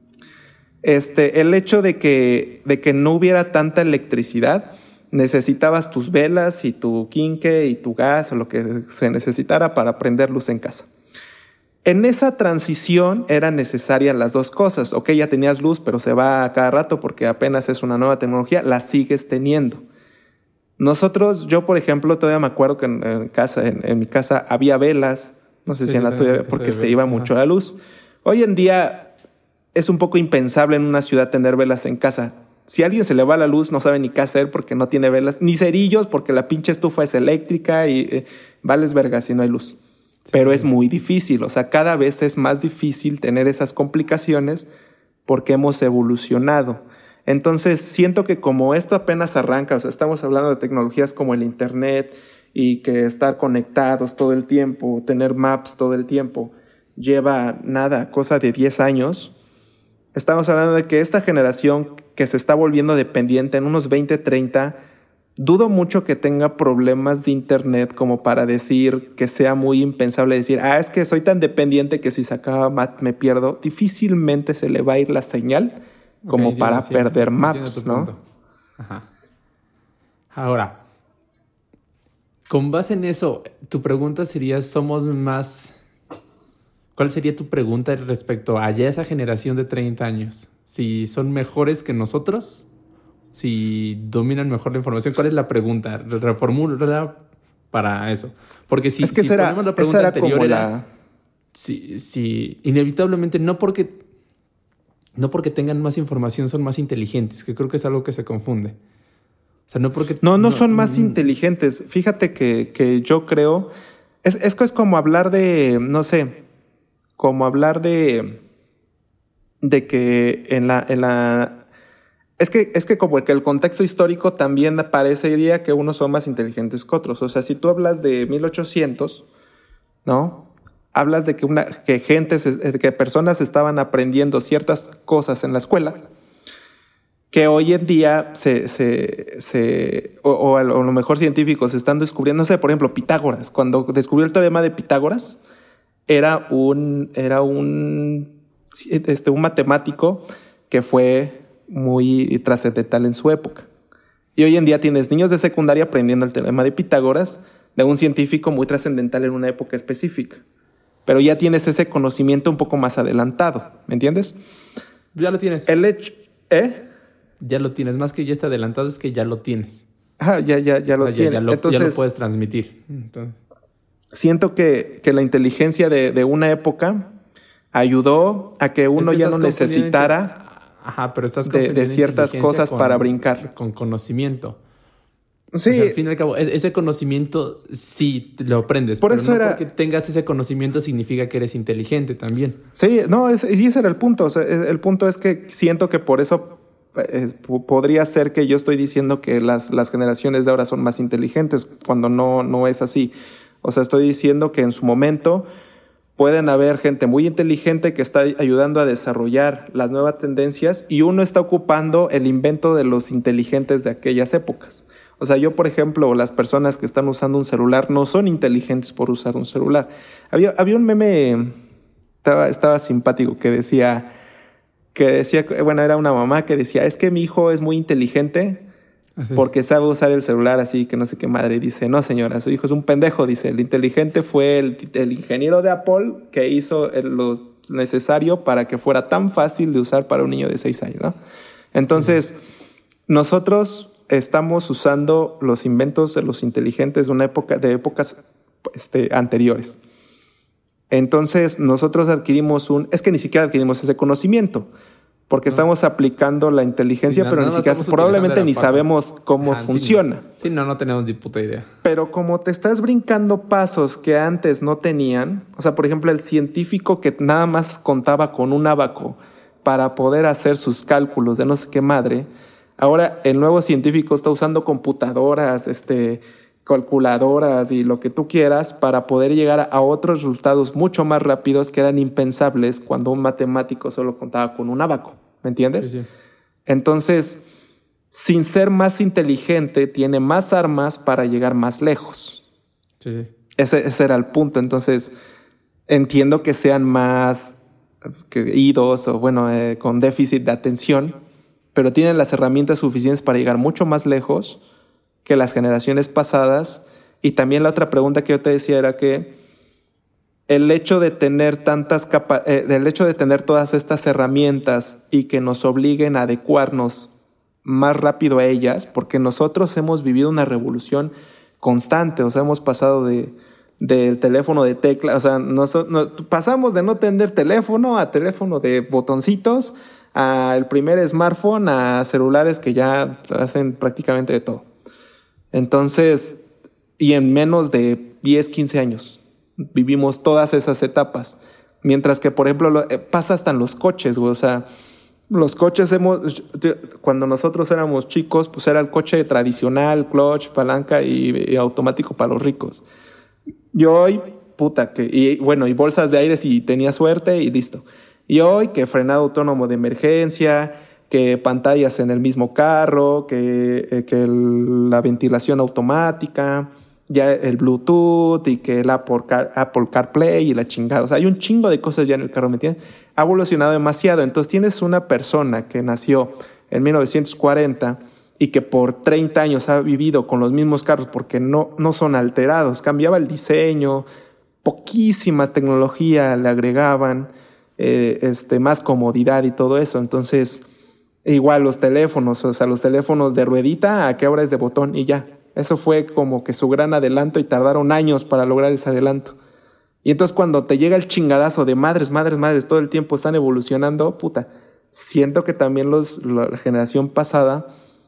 Este, el hecho de que, de que no hubiera tanta electricidad, necesitabas tus velas y tu quinque y tu gas o lo que se necesitara para prender luz en casa. En esa transición eran necesarias las dos cosas. Ok, ya tenías luz, pero se va a cada rato porque apenas es una nueva tecnología, la sigues teniendo. Nosotros, yo por ejemplo, todavía me acuerdo que en, en, casa, en, en mi casa había velas, no sé sí, si en la tuya, porque se iba mucho la luz. Hoy en día es un poco impensable en una ciudad tener velas en casa. Si a alguien se le va la luz, no sabe ni qué hacer porque no tiene velas, ni cerillos porque la pinche estufa es eléctrica y eh, vales verga si no hay luz. Sí, pero sí. Es muy difícil, o sea, cada vez es más difícil tener esas complicaciones porque hemos evolucionado. Entonces, siento que como esto apenas arranca, o sea, estamos hablando de tecnologías como el internet y que estar conectados todo el tiempo, tener maps todo el tiempo, lleva nada, cosa de diez años. Estamos hablando de que esta generación que se está volviendo dependiente en unos veinte, treinta, dudo mucho que tenga problemas de internet como para decir que sea muy impensable decir, ah, es que soy tan dependiente que si se acaba Matt me pierdo. Difícilmente se le va a ir la señal como okay, para sí, perder maps, ¿no? Punto. Ajá. Ahora, con base en eso, tu pregunta sería, ¿somos más... ¿Cuál sería tu pregunta respecto a ya esa generación de treinta años? Si son mejores que nosotros, si dominan mejor la información, ¿cuál es la pregunta? Reformúlala para eso. Porque si, es que si será, ponemos la pregunta era anterior como era, la... si, si inevitablemente no porque, no porque tengan más información son más inteligentes, que creo que es algo que se confunde. O sea, no porque... No, no, no son más no, inteligentes. Fíjate que, que yo creo... Es, es que es como hablar de, no sé... como hablar de, de que en la, en la es que, es que como que el contexto histórico también parecería que unos son más inteligentes que otros. O sea, si tú hablas de mil ochocientos, ¿no? Hablas de que una, que gente, que personas estaban aprendiendo ciertas cosas en la escuela que hoy en día se, se, se o, o a lo mejor científicos están descubriendo, no sé, por ejemplo, Pitágoras. Cuando descubrió el teorema de Pitágoras, Era un, era un, este, un matemático que fue muy trascendental en su época. Y hoy en día tienes niños de secundaria aprendiendo el teorema de Pitágoras de un científico muy trascendental en una época específica. Pero ya tienes ese conocimiento un poco más adelantado, ¿me entiendes? Ya lo tienes. El hecho, ¿eh? Ya lo tienes. Más que ya está adelantado es que ya lo tienes. Ah, ya, ya, ya lo o sea, tienes. Ya, ya, lo, Entonces, ya lo puedes transmitir. Entonces... Siento que, que la inteligencia de, de una época ayudó a que uno es que ya no necesitara Ajá, pero estás de, de ciertas cosas con, para brincar. Con conocimiento. Sí. O sea, al fin y al cabo, ese conocimiento sí lo aprendes. Por pero eso no era... porque tengas ese conocimiento significa que eres inteligente también. Sí, no, es, y ese era el punto. O sea, el punto es que siento que por eso eh, podría ser que yo estoy diciendo que las, las generaciones de ahora son más inteligentes, cuando no, no es así. O sea, estoy diciendo que en su momento pueden haber gente muy inteligente que está ayudando a desarrollar las nuevas tendencias y uno está ocupando el invento de los inteligentes de aquellas épocas. O sea, yo, por ejemplo, las personas que están usando un celular no son inteligentes por usar un celular. Había, había un meme, estaba, estaba simpático, que decía, que decía, bueno, era una mamá que decía, es que mi hijo es muy inteligente... Así. Porque sabe usar el celular así que no sé qué madre. Dice, no señora, su hijo es un pendejo. Dice, el inteligente fue el, el ingeniero de Apple que hizo el, lo necesario para que fuera tan fácil de usar para un niño de seis años, ¿no? Entonces, sí. Nosotros estamos usando los inventos de los inteligentes de una época, de épocas este, anteriores. Entonces, nosotros adquirimos un... Es que ni siquiera adquirimos ese conocimiento. Porque no. Estamos aplicando la inteligencia, sí, no, pero no, ni siquiera probablemente ni sabemos cómo Ajá, funciona. Sí, no. sí, no, no tenemos ni puta idea. Pero como te estás brincando pasos que antes no tenían, o sea, por ejemplo, el científico que nada más contaba con un ábaco para poder hacer sus cálculos de no sé qué madre. Ahora el nuevo científico está usando computadoras, este, calculadoras y lo que tú quieras para poder llegar a otros resultados mucho más rápidos que eran impensables cuando un matemático solo contaba con un ábaco. ¿Me entiendes? Sí, sí. Entonces, sin ser más inteligente, tiene más armas para llegar más lejos. Sí, sí. Ese, ese era el punto. Entonces, entiendo que sean más que idos o, bueno, eh, con déficit de atención, pero tienen las herramientas suficientes para llegar mucho más lejos que las generaciones pasadas. Y también la otra pregunta que yo te decía era que el hecho de tener tantas capa- eh, el hecho de tener todas estas herramientas y que nos obliguen a adecuarnos más rápido a ellas, porque nosotros hemos vivido una revolución constante, o sea, hemos pasado de del teléfono de tecla, o sea, nos, no, pasamos de no tener teléfono a teléfono de botoncitos, al primer smartphone, a celulares que ya hacen prácticamente de todo. Entonces, y en menos de diez, quince años, vivimos todas esas etapas. Mientras que, por ejemplo, lo, eh, pasa hasta en los coches, güey, o sea, los coches hemos, cuando nosotros éramos chicos, pues era el coche tradicional, clutch, palanca y, y automático para los ricos. Yo hoy, puta, que, y bueno, y bolsas de aire si tenía suerte y listo. Y hoy que frenado autónomo de emergencia, que pantallas en el mismo carro, que, eh, que el, la ventilación automática, ya el Bluetooth y que el Apple, Car, Apple CarPlay y la chingada. O sea, hay un chingo de cosas ya en el carro, ¿me entiendes? Ha evolucionado demasiado. Entonces tienes una persona que nació en mil novecientos cuarenta y que por treinta años ha vivido con los mismos carros porque no, no son alterados. Cambiaba el diseño, poquísima tecnología le agregaban, eh, este, más comodidad y todo eso. Entonces, igual los teléfonos, o sea, los teléfonos de ruedita, ¿a qué hora es de botón? Y ya. Eso fue como que su gran adelanto y tardaron años para lograr ese adelanto. Y entonces cuando te llega el chingadazo de madres, madres, madres, todo el tiempo están evolucionando, puta, siento que también los, la generación pasada,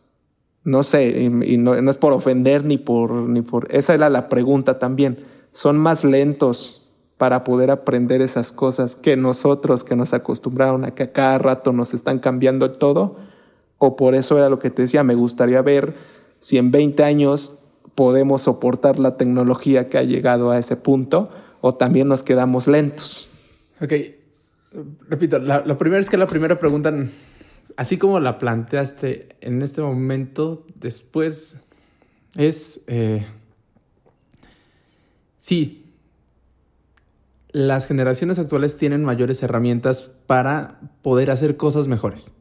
no sé, y, y no, no es por ofender ni por, ni por... Esa era la pregunta también. Son más lentos para poder aprender esas cosas que nosotros, que nos acostumbraron a que a cada rato nos están cambiando todo. O por eso era lo que te decía, me gustaría ver si en veinte años podemos soportar la tecnología que ha llegado a ese punto o también nos quedamos lentos. Ok, repito, la, la primera es que la primera pregunta, así como la planteaste en este momento, después es, eh, sí, las generaciones actuales tienen mayores herramientas para poder hacer cosas mejores,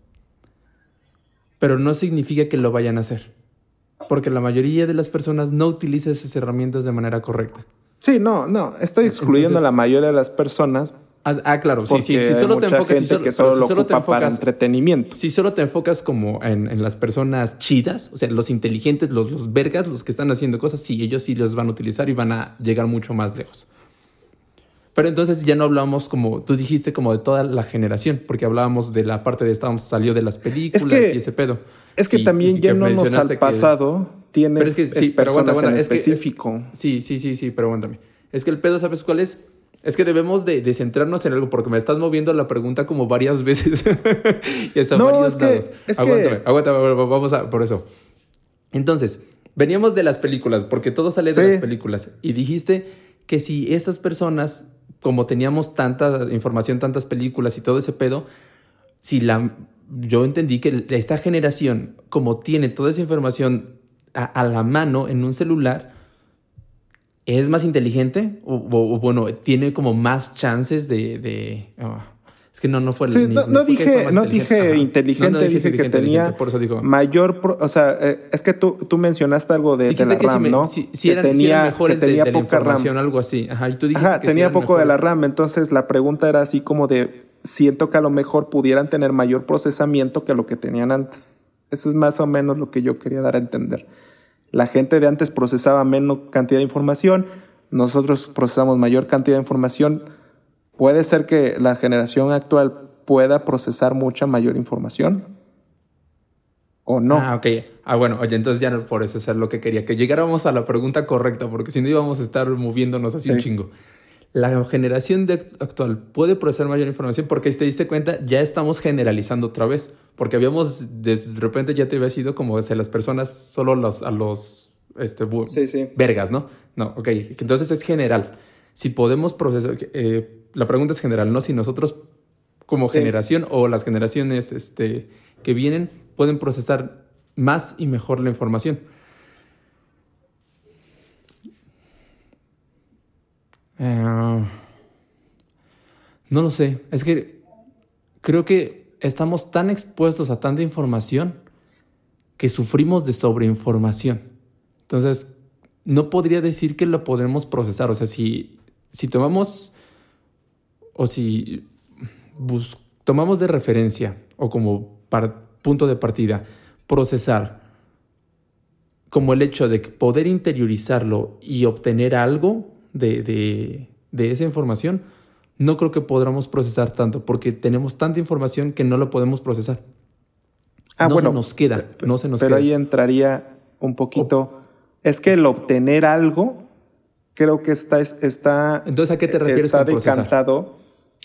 pero no significa que lo vayan a hacer. Porque la mayoría de las personas no utiliza esas herramientas de manera correcta. Sí, no, no. Estoy excluyendo Entonces, a la mayoría de las personas. Ah, ah claro. Sí, sí, si solo te enfocas... Si solo, que solo si lo solo ocupa te enfocas, para entretenimiento. Si solo te enfocas como en, en las personas chidas, o sea, los inteligentes, los, los vergas, los que están haciendo cosas, sí, ellos sí los van a utilizar y van a llegar mucho más lejos. Pero entonces ya no hablamos como... Tú dijiste como de toda la generación, porque hablábamos de la parte de... Estábamos, salió de las películas es que, y ese pedo. Es que sí, también yéndonos al pasado... Que, Tienes pero es que, sí, pero aguanta, aguanta, en es específico. Que, es, sí, sí, sí, sí, pero aguántame. Es que el pedo, ¿sabes cuál es? Es que debemos de, de centrarnos en algo porque me estás moviendo la pregunta como varias veces. y es a no, varios es que, lados. Es aguántame, que... aguántame, vamos a por eso. Entonces, veníamos de las películas, porque todo sale de sí. las películas. Y dijiste que si estas personas, como teníamos tanta información, tantas películas y todo ese pedo, si la... Yo entendí que esta generación, como tiene toda esa información a, a la mano en un celular, ¿es más inteligente? O, o, o bueno, tiene como más chances de... de oh, es que no, no fue... Sí, ni, no, ni no, fue dije, no dije inteligente, no, no dije, dije que tenía por eso dijo. mayor... Pro, o sea, eh, es que tú, tú mencionaste algo de, de la que RAM, si me, ¿no? Si, si, eran, tenía, si eran mejores que tenía de, de la información, RAM. Algo así. Ajá, y tú dijiste Ajá, que tenía si poco mejores... de la RAM, entonces la pregunta era así como de... Siento que a lo mejor pudieran tener mayor procesamiento que lo que tenían antes. Eso es más o menos lo que yo quería dar a entender. La gente de antes procesaba menos cantidad de información, nosotros procesamos mayor cantidad de información. ¿Puede ser que la generación actual pueda procesar mucha mayor información? ¿O no? Ah, ok. Ah, bueno, oye, entonces ya no por eso es lo que quería, que llegáramos a la pregunta correcta, porque si no íbamos a estar moviéndonos así sí. un chingo. la generación de actual puede procesar mayor información porque si te diste cuenta ya estamos generalizando otra vez porque habíamos de repente ya te había sido como hacia las personas solo los, a los este, bu- Sí, sí. vergas, ¿no? No, ok, entonces es general. Si podemos procesar, eh, la pregunta es general, ¿no? Si nosotros como Sí. generación o las generaciones este, que vienen pueden procesar más y mejor la información. Uh, no lo sé. Es que creo que estamos tan expuestos a tanta información que sufrimos de sobreinformación. Entonces, no podría decir que lo podremos procesar. O sea, si, si tomamos o si bus, tomamos de referencia o como par, punto de partida procesar como el hecho de poder interiorizarlo y obtener algo De, de, de esa información, no creo que podamos procesar tanto porque tenemos tanta información que no lo podemos procesar. Ah, no bueno, se nos queda, no se nos pero queda. ahí entraría un poquito. O, es que el obtener algo, creo que está, está. Entonces, ¿a qué te refieres está con procesar? decantado.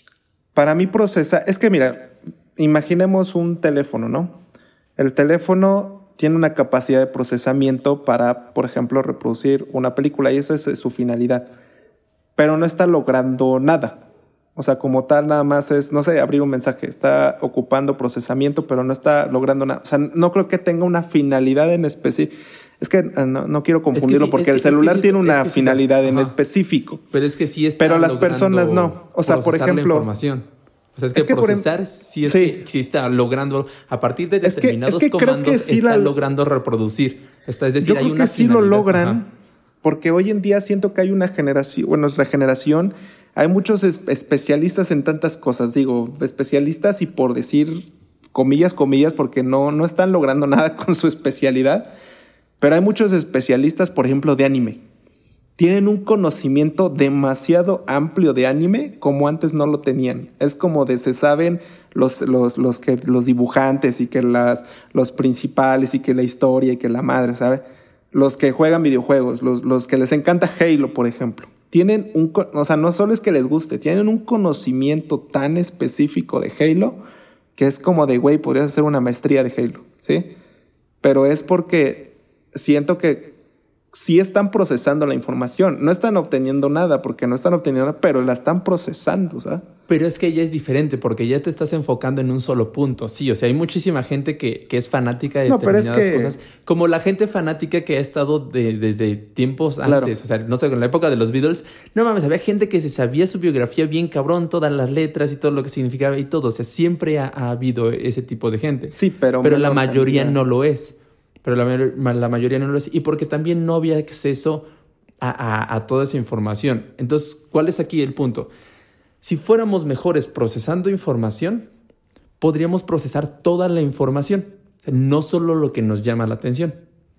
Para mí, procesa. Es que mira, imaginemos un teléfono, ¿no? El teléfono tiene una capacidad de procesamiento para, por ejemplo, reproducir una película y esa es su finalidad. Pero no está logrando nada. O sea, como tal, nada más es, no sé, abrir un mensaje. Está ocupando procesamiento, pero no está logrando nada. O sea, no creo que tenga una finalidad en específico. Es que no, no quiero confundirlo es que sí, porque es que, el celular es que sí, tiene una es que finalidad sí, en específico. Pero es que sí está pero las personas no. O sea, por ejemplo... La información. O sea, es que, es que procesar por, sí es sí. que sí está logrando, a partir de determinados es que, es que comandos, sí está la, logrando reproducir. Está, es decir, yo hay creo una que sí finalidad. Lo logran, Ajá. Porque hoy en día siento que hay una generación, bueno, nuestra generación, hay muchos es, especialistas en tantas cosas. Digo, especialistas y por decir comillas, comillas, porque no, no están logrando nada con su especialidad. Pero hay muchos especialistas, por ejemplo, de anime. Tienen un conocimiento demasiado amplio de anime como antes no lo tenían. Es como de se saben los, los, los, que, los dibujantes y que las, los principales y que la historia y que la madre, ¿sabe? Los que juegan videojuegos, los, los que les encanta Halo, por ejemplo. Tienen un, o sea, no solo es que les guste, tienen un conocimiento tan específico de Halo que es como de, güey, podrías hacer una maestría de Halo, ¿sí? Pero es porque siento que sí están procesando la información. No están obteniendo nada porque no están obteniendo nada, pero la están procesando, ¿sabes? Pero es que ya es diferente porque ya te estás enfocando en un solo punto. Sí, o sea, hay muchísima gente que, que es fanática de no, determinadas es que... cosas. Como la gente fanática que ha estado de, desde tiempos antes. Claro. O sea, no sé, en la época de los Beatles, no mames, había gente que se sabía su biografía bien cabrón, todas las letras y todo lo que significaba y todo. O sea, siempre ha, ha habido ese tipo de gente. Sí, pero... Pero la mayoría cantidad. no lo es. Pero la, la mayoría no lo es. Y porque también no había acceso a, a, a toda esa información. Entonces, ¿cuál es aquí el punto? Si fuéramos mejores procesando información, podríamos procesar toda la información. O sea, no solo lo que nos llama la atención.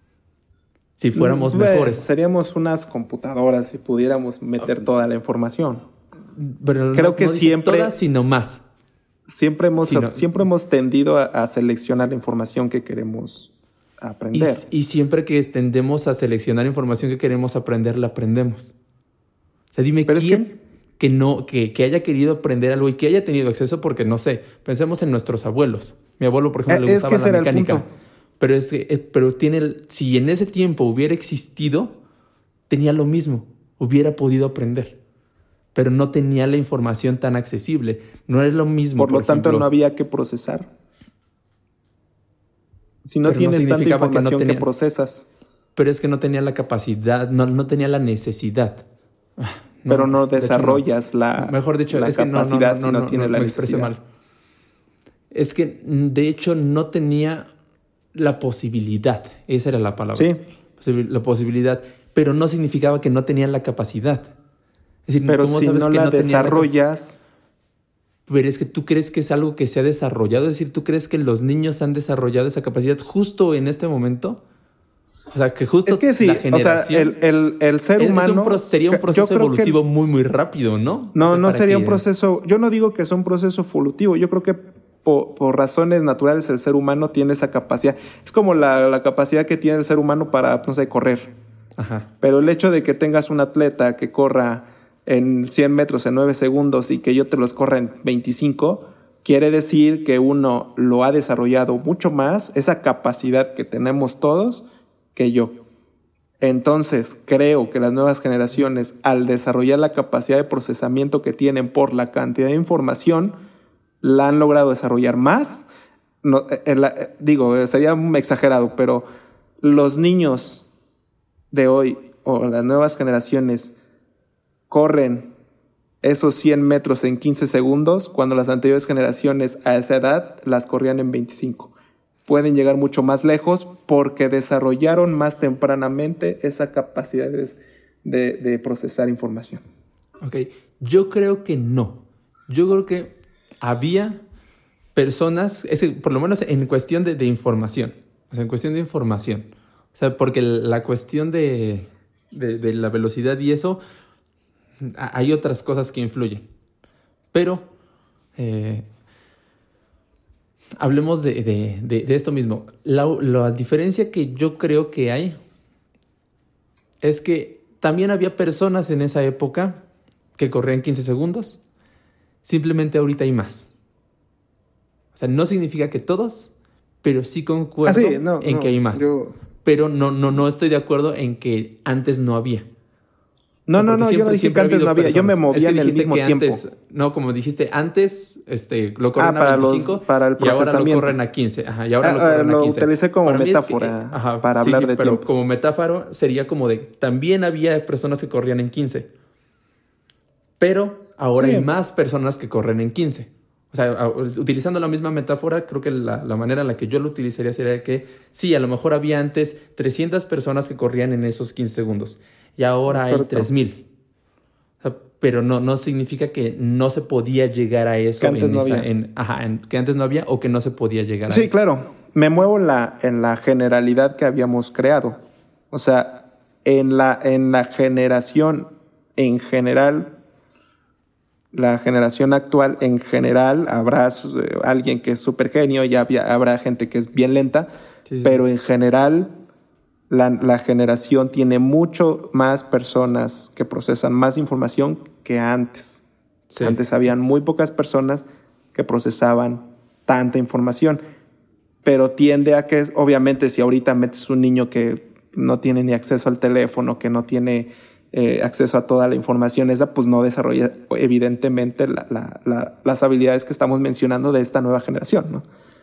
Si fuéramos pues, mejores. Seríamos unas computadoras si pudiéramos meter toda la información. Pero Creo no, que no siempre... todas, sino más. Siempre hemos, sino, siempre hemos tendido a, a seleccionar la información que queremos aprender. Y, y siempre que tendemos a seleccionar información que queremos aprender, la aprendemos. O sea, dime Pero quién es que, que, no, que, que haya querido aprender algo y que haya tenido acceso, porque no sé, pensemos en nuestros abuelos. Mi abuelo, por ejemplo, eh, le gustaba la mecánica. Pero es que, pero tiene, el, si en ese tiempo hubiera existido, tenía lo mismo, hubiera podido aprender. Pero no tenía la información tan accesible. No es lo mismo. Por lo por tanto, ejemplo, no había que procesar. Si no tienes no tanta información que, no tenía, que procesas. Pero es que no tenía la capacidad, no, no tenía la necesidad. No, pero no desarrollas no. la, Mejor dicho, la es que capacidad no, no, no, si no, no tienes no, la me necesidad. Mal. Es que, de hecho, no tenía la posibilidad. Esa era la palabra. Sí. La posibilidad. Pero no significaba que no tenía la capacidad. Es decir, pero ¿cómo si sabes no que la no desarrollas... La... Pero es que tú crees que es algo que se ha desarrollado. Es decir, ¿tú crees que los niños han desarrollado esa capacidad justo en este momento? O sea, que justo es que sí, la generación... O sea, el, el, el ser es, humano... Es un pro, sería un proceso evolutivo que, muy, muy rápido, ¿no? No, o sea, no sería que... un proceso... Yo no digo que sea un proceso evolutivo. Yo creo que por, por razones naturales el ser humano tiene esa capacidad. Es como la, la capacidad que tiene el ser humano para, no sé, correr. Ajá. Pero el hecho de que tengas un atleta que corra... en cien metros en nueve segundos y que yo te los corra en veinticinco, quiere decir que uno lo ha desarrollado mucho más, esa capacidad que tenemos todos, que yo. Entonces, creo que las nuevas generaciones, al desarrollar la capacidad de procesamiento que tienen por la cantidad de información, la han logrado desarrollar más. No, eh, la, digo, sería exagerado, pero los niños de hoy o las nuevas generaciones corren esos cien metros en quince segundos, cuando las anteriores generaciones a esa edad las corrían en veinticinco. Pueden llegar mucho más lejos porque desarrollaron más tempranamente esa capacidad de, de, de procesar información. Ok, yo creo que no. Yo creo que había personas, es que por lo menos en cuestión de, de información, o sea, en cuestión de información. O sea, porque la cuestión de, de, de la velocidad y eso, hay otras cosas que influyen. Pero eh, hablemos de, de, de, de esto mismo. La, la diferencia que yo creo que hay es que también había personas en esa época que corrían quince segundos. Simplemente ahorita hay más. O sea, no significa que todos, pero sí concuerdo ah, sí, no, en no, que hay más. Yo... Pero no, no, no estoy de acuerdo en que antes no había. No, o sea, no, no, siempre, yo no dije que antes no había. Personas. Yo me movía es que en el mismo tiempo. Antes, no, como dijiste, antes este, lo corren ah, a veinticinco los, para el y ahora lo corren a quince. Ajá, y ahora ah, lo corren lo a quince. Lo utilicé como para metáfora es que, ajá, para sí, hablar sí, de pero tiempos. Como metáfora sería como de, también había personas que corrían en quince. Pero ahora sí. hay más personas que corren en quince. O sea, utilizando la misma metáfora, creo que la, la manera en la que yo lo utilizaría sería que sí, a lo mejor había antes trescientas personas que corrían en esos quince segundos y ahora hay tres mil. O sea, pero no, no significa que no se podía llegar a eso. Que antes en no esa, había. En, ajá, en, que antes no había o que no se podía llegar sí, a eso. Sí, claro. Me muevo en la, en la generalidad que habíamos creado. O sea, en la, en la generación en general... La generación actual, en general, habrá eh, alguien que es súper genio y había, habrá gente que es bien lenta, sí, sí. pero en general la, la generación tiene mucho más personas que procesan más información que antes. Sí. Antes habían muy pocas personas que procesaban tanta información, pero tiende a que, obviamente, si ahorita metes un niño que no tiene ni acceso al teléfono, que no tiene... Eh, acceso a toda la información esa, pues no desarrolla evidentemente la, la, la, las habilidades que estamos mencionando de esta nueva generación, ¿no?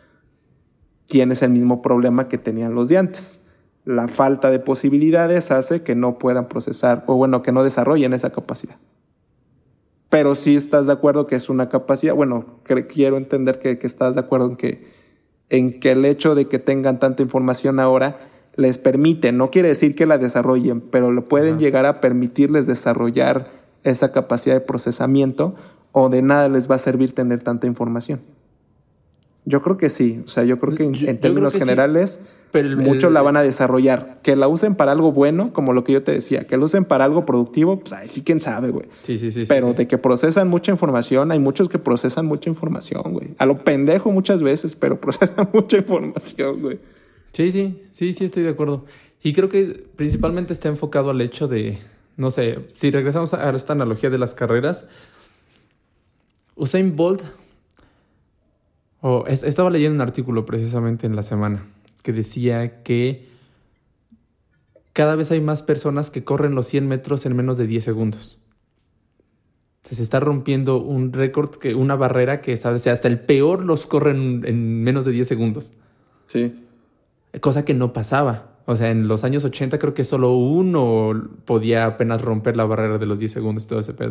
Tienes el mismo problema que tenían los de antes. La falta de posibilidades hace que no puedan procesar, o bueno, que no desarrollen esa capacidad. Pero sí estás de acuerdo que es una capacidad, bueno, que, quiero entender que, que estás de acuerdo en que, en que el hecho de que tengan tanta información ahora les permite, no quiere decir que la desarrollen, pero lo pueden uh-huh. llegar a permitirles desarrollar esa capacidad de procesamiento, o de nada les va a servir tener tanta información. Yo creo que sí, o sea, yo creo que en, yo, en términos que generales sí, pero el, muchos el, la van a desarrollar. Que la usen para algo bueno, como lo que yo te decía, que la usen para algo productivo, pues ahí sí, quién sabe, güey. Sí, sí, sí. Pero sí, sí. de que procesan mucha información, hay muchos que procesan mucha información, güey. A lo pendejo muchas veces, pero procesan mucha información, güey. Sí, sí, sí, sí, estoy de acuerdo. Y creo que principalmente está enfocado al hecho de, no sé, si regresamos a esta analogía de las carreras, Usain Bolt, oh, estaba leyendo un artículo precisamente en la semana que decía que cada vez hay más personas que corren los cien metros en menos de diez segundos. Se está rompiendo un récord, que una barrera que, ¿sabes? Hasta el peor los corren en menos de diez segundos. Sí. Cosa que no pasaba. O sea, en los años ochenta creo que solo uno podía apenas romper la barrera de los diez segundos, todo ese pedo.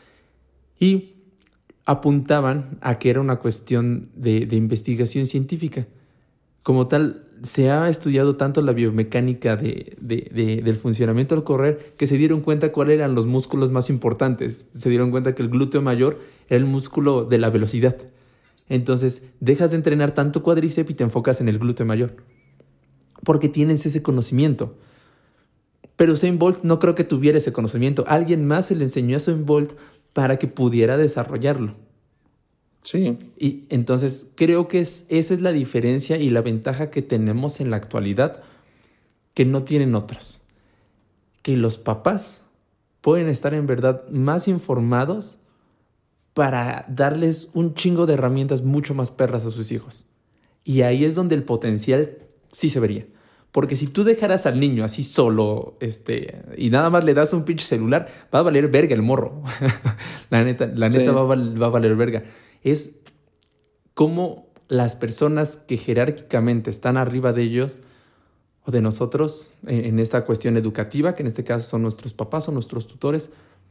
Y apuntaban a que era una cuestión de, de investigación científica. Como tal, se ha estudiado tanto la biomecánica de, de, de, del funcionamiento al correr que se dieron cuenta cuáles eran los músculos más importantes. Se dieron cuenta que el glúteo mayor era el músculo de la velocidad. Entonces, dejas de entrenar tanto cuádriceps y te enfocas en el glúteo mayor. Porque tienes ese conocimiento. Pero Usain Bolt no creo que tuviera ese conocimiento. Alguien más se le enseñó a Usain Bolt para que pudiera desarrollarlo. Sí. Y entonces creo que es, esa es la diferencia y la ventaja que tenemos en la actualidad que no tienen otros. Que los papás pueden estar en verdad más informados para darles un chingo de herramientas mucho más perras a sus hijos. Y ahí es donde el potencial sí se vería. Porque si tú dejaras al niño así solo, este, y nada más le das un pinche celular, va a valer verga el morro. la neta, la neta sí. va, a val, va a valer verga. Es como las personas que jerárquicamente están arriba de ellos o de nosotros en, en esta cuestión educativa, que en este caso son nuestros papás o nuestros tutores,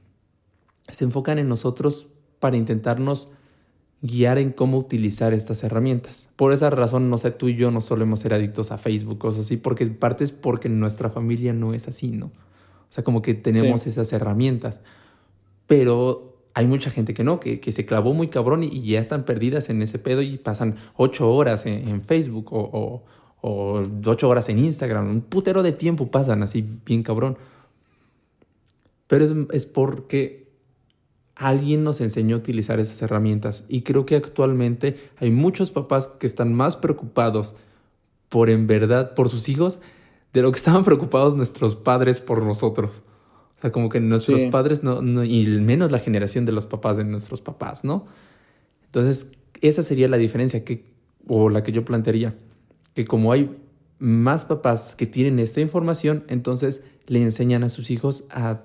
se enfocan en nosotros para intentarnos guiar en cómo utilizar estas herramientas. Por esa razón, no sé, tú y yo no solemos ser adictos a Facebook, cosas así, porque en parte es porque nuestra familia no es así, ¿no? O sea, como que tenemos sí. esas herramientas. Pero hay mucha gente que no, que, que se clavó muy cabrón y, y ya están perdidas en ese pedo y pasan ocho horas en, en Facebook o, o, o ocho horas en Instagram. Un putero de tiempo pasan así bien cabrón. Pero es, es porque alguien nos enseñó a utilizar esas herramientas y creo que actualmente hay muchos papás que están más preocupados por en verdad, por sus hijos, de lo que estaban preocupados nuestros padres por nosotros. O sea, como que nuestros sí. padres, no, no, y menos la generación de los papás de nuestros papás, ¿no? Entonces, esa sería la diferencia que, o la que yo plantearía, que como hay más papás que tienen esta información, entonces le enseñan a sus hijos a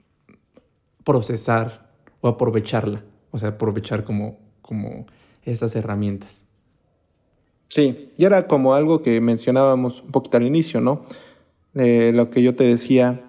procesar o aprovecharla, o sea, aprovechar como, como estas herramientas. Sí, y era como algo que mencionábamos un poquito al inicio, ¿no? Eh, lo que yo te decía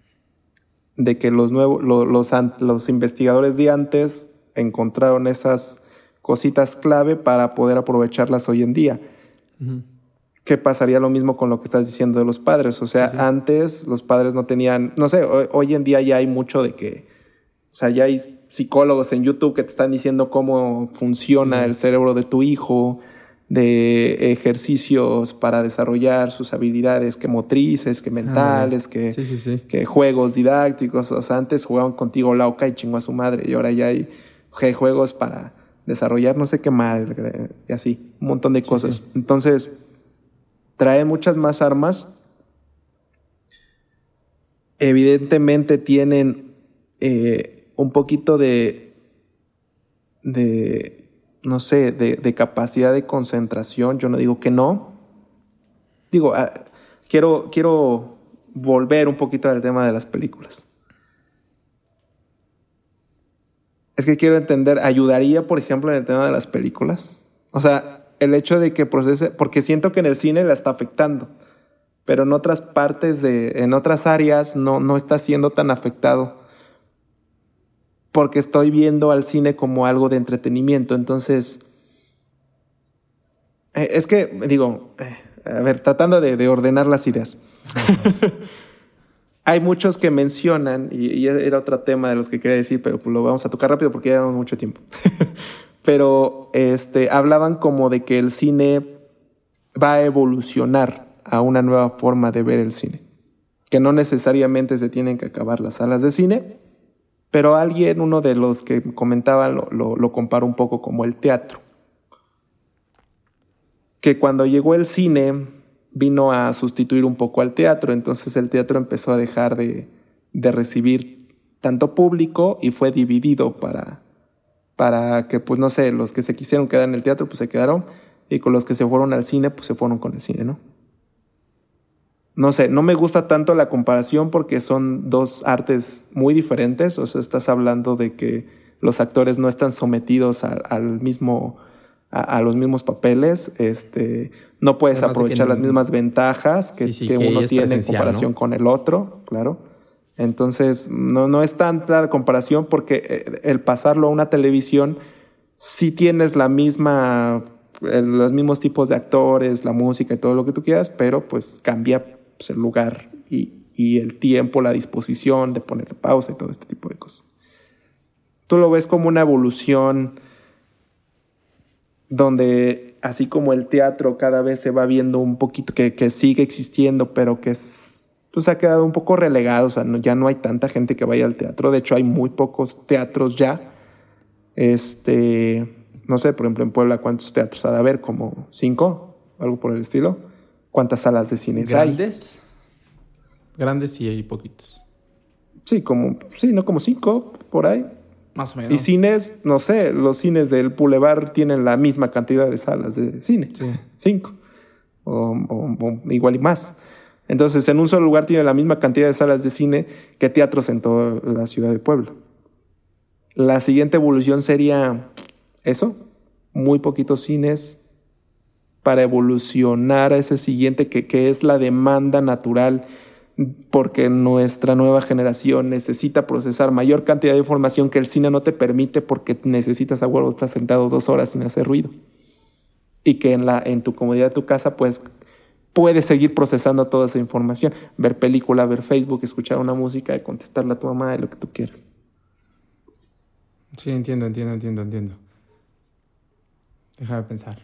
de que los, nuevos, lo, los, los investigadores de antes encontraron esas cositas clave para poder aprovecharlas hoy en día. Uh-huh. ¿Qué pasaría lo mismo con lo que estás diciendo de los padres? O sea, sí, sí. antes los padres no tenían, no sé, hoy, hoy en día ya hay mucho de que, o sea, ya hay psicólogos en YouTube que te están diciendo cómo funciona sí. el cerebro de tu hijo, de ejercicios para desarrollar sus habilidades, que motrices, que mentales, ah, que, sí, sí, sí. que juegos didácticos. O sea, antes jugaban contigo Lauca y chingó a su madre, y ahora ya hay juegos para desarrollar no sé qué madre, y así, un montón de cosas. Sí, sí. Entonces, trae muchas más armas. Evidentemente tienen eh, un poquito de... de no sé, de, de capacidad de concentración. Yo no digo que no. Digo, uh, quiero, quiero volver un poquito al tema de las películas. Es que quiero entender, ¿ayudaría, por ejemplo, en el tema de las películas? O sea, el hecho de que procese, porque siento que en el cine la está afectando, pero en otras partes, de, en otras áreas no, no está siendo tan afectado. Porque estoy viendo al cine como algo de entretenimiento. Entonces, eh, es que, digo, eh, a ver, tratando de, de ordenar las ideas. Hay muchos que mencionan, y, y era otro tema de los que quería decir, pero pues lo vamos a tocar rápido porque ya llevamos mucho tiempo. Pero este, hablaban como de que el cine va a evolucionar a una nueva forma de ver el cine. Que no necesariamente se tienen que acabar las salas de cine. Pero alguien, uno de los que comentaban, lo, lo, lo compara un poco como el teatro. Que cuando llegó el cine, vino a sustituir un poco al teatro. Entonces el teatro empezó a dejar de, de recibir tanto público y fue dividido para, para que, pues no sé, los que se quisieron quedar en el teatro, pues se quedaron. Y con los que se fueron al cine, pues se fueron con el cine, ¿no? No sé, no me gusta tanto la comparación porque son dos artes muy diferentes. O sea, estás hablando de que los actores no están sometidos a, al mismo, a, a los mismos papeles. Este, no puedes Además aprovechar las mismas ventajas que, sí, sí, que, que uno tiene en comparación, ¿no?, con el otro, claro. Entonces, no, no es tanta la comparación porque el pasarlo a una televisión, sí tienes la misma, los mismos tipos de actores, la música y todo lo que tú quieras, pero pues cambia el lugar y, y el tiempo, la disposición de poner pausa y todo este tipo de cosas. Tú lo ves como una evolución donde, así como el teatro cada vez se va viendo un poquito, que, que sigue existiendo, pero que es, pues ha quedado un poco relegado. O sea, no, ya no hay tanta gente que vaya al teatro. De hecho, hay muy pocos teatros ya. Este, no sé, por ejemplo, en Puebla, ¿cuántos teatros ha de haber? ¿Como cinco? ¿Algo por el estilo? ¿Cuántas salas de cine hay? ¿Grandes? Grandes sí hay poquitos. sí, como, sí, no como cinco, por ahí. Más o menos. Y cines, no sé, los cines del Boulevard tienen la misma cantidad de salas de cine. Sí. Cinco. O, o, o igual y más. Entonces, en un solo lugar tiene la misma cantidad de salas de cine que teatros en toda la ciudad de Puebla. La siguiente evolución sería eso, muy poquitos cines para evolucionar a ese siguiente que, que es la demanda natural, porque nuestra nueva generación necesita procesar mayor cantidad de información que el cine no te permite, porque necesitas a huevo estar sentado dos horas sin hacer ruido. Y que en, la, en tu comodidad de tu casa, pues, puedes seguir procesando toda esa información. Ver película, ver Facebook, escuchar una música, contestarle a tu mamá, lo que tú quieras. Sí, entiendo, entiendo, entiendo, entiendo. Déjame pensar.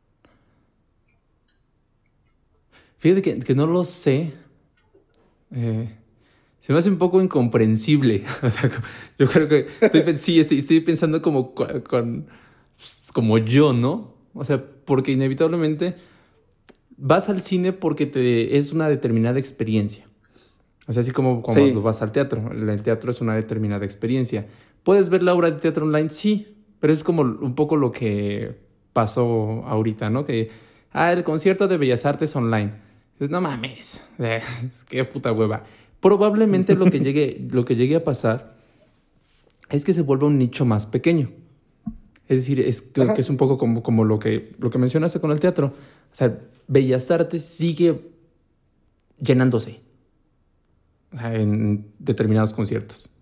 Fíjate que, que no lo sé. Eh, se me hace un poco incomprensible. O sea, yo creo que estoy, sí, estoy, estoy pensando como, con, como yo, ¿no? O sea, porque inevitablemente vas al cine porque te, es una determinada experiencia. O sea, así como cuando sí. vas al teatro. El teatro es una determinada experiencia. ¿Puedes ver la obra de teatro online? Sí, pero es como un poco lo que pasó ahorita, ¿no? Que, ah, el concierto de Bellas Artes online. Pues no mames, qué puta hueva. Probablemente lo que llegue, lo que llegue a pasar es que se vuelva un nicho más pequeño. Es decir, es que, que es un poco como, como lo, que, lo que mencionaste con el teatro. O sea, Bellas Artes sigue llenándose, o sea, en determinados conciertos.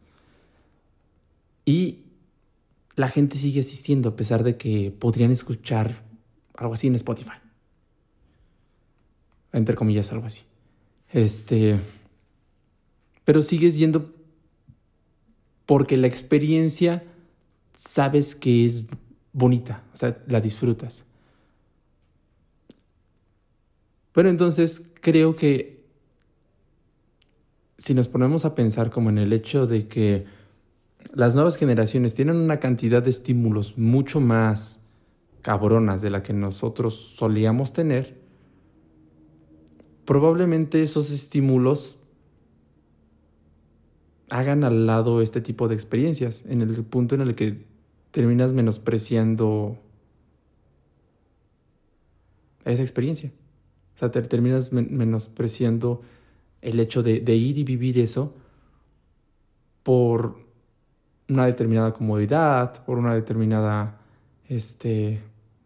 Y la gente sigue asistiendo a pesar de que podrían escuchar algo así en Spotify. Entre comillas, algo así. Este... Pero sigues yendo porque la experiencia sabes que es bonita, o sea, la disfrutas. Pero entonces creo que si nos ponemos a pensar como en el hecho de que las nuevas generaciones tienen una cantidad de estímulos mucho más cabronas de la que nosotros solíamos tener, probablemente esos estímulos hagan al lado este tipo de experiencias, en el punto en el que terminas menospreciando esa experiencia. O sea, te terminas men- menospreciando el hecho de, de ir y vivir eso por una determinada comodidad, por una determinada este,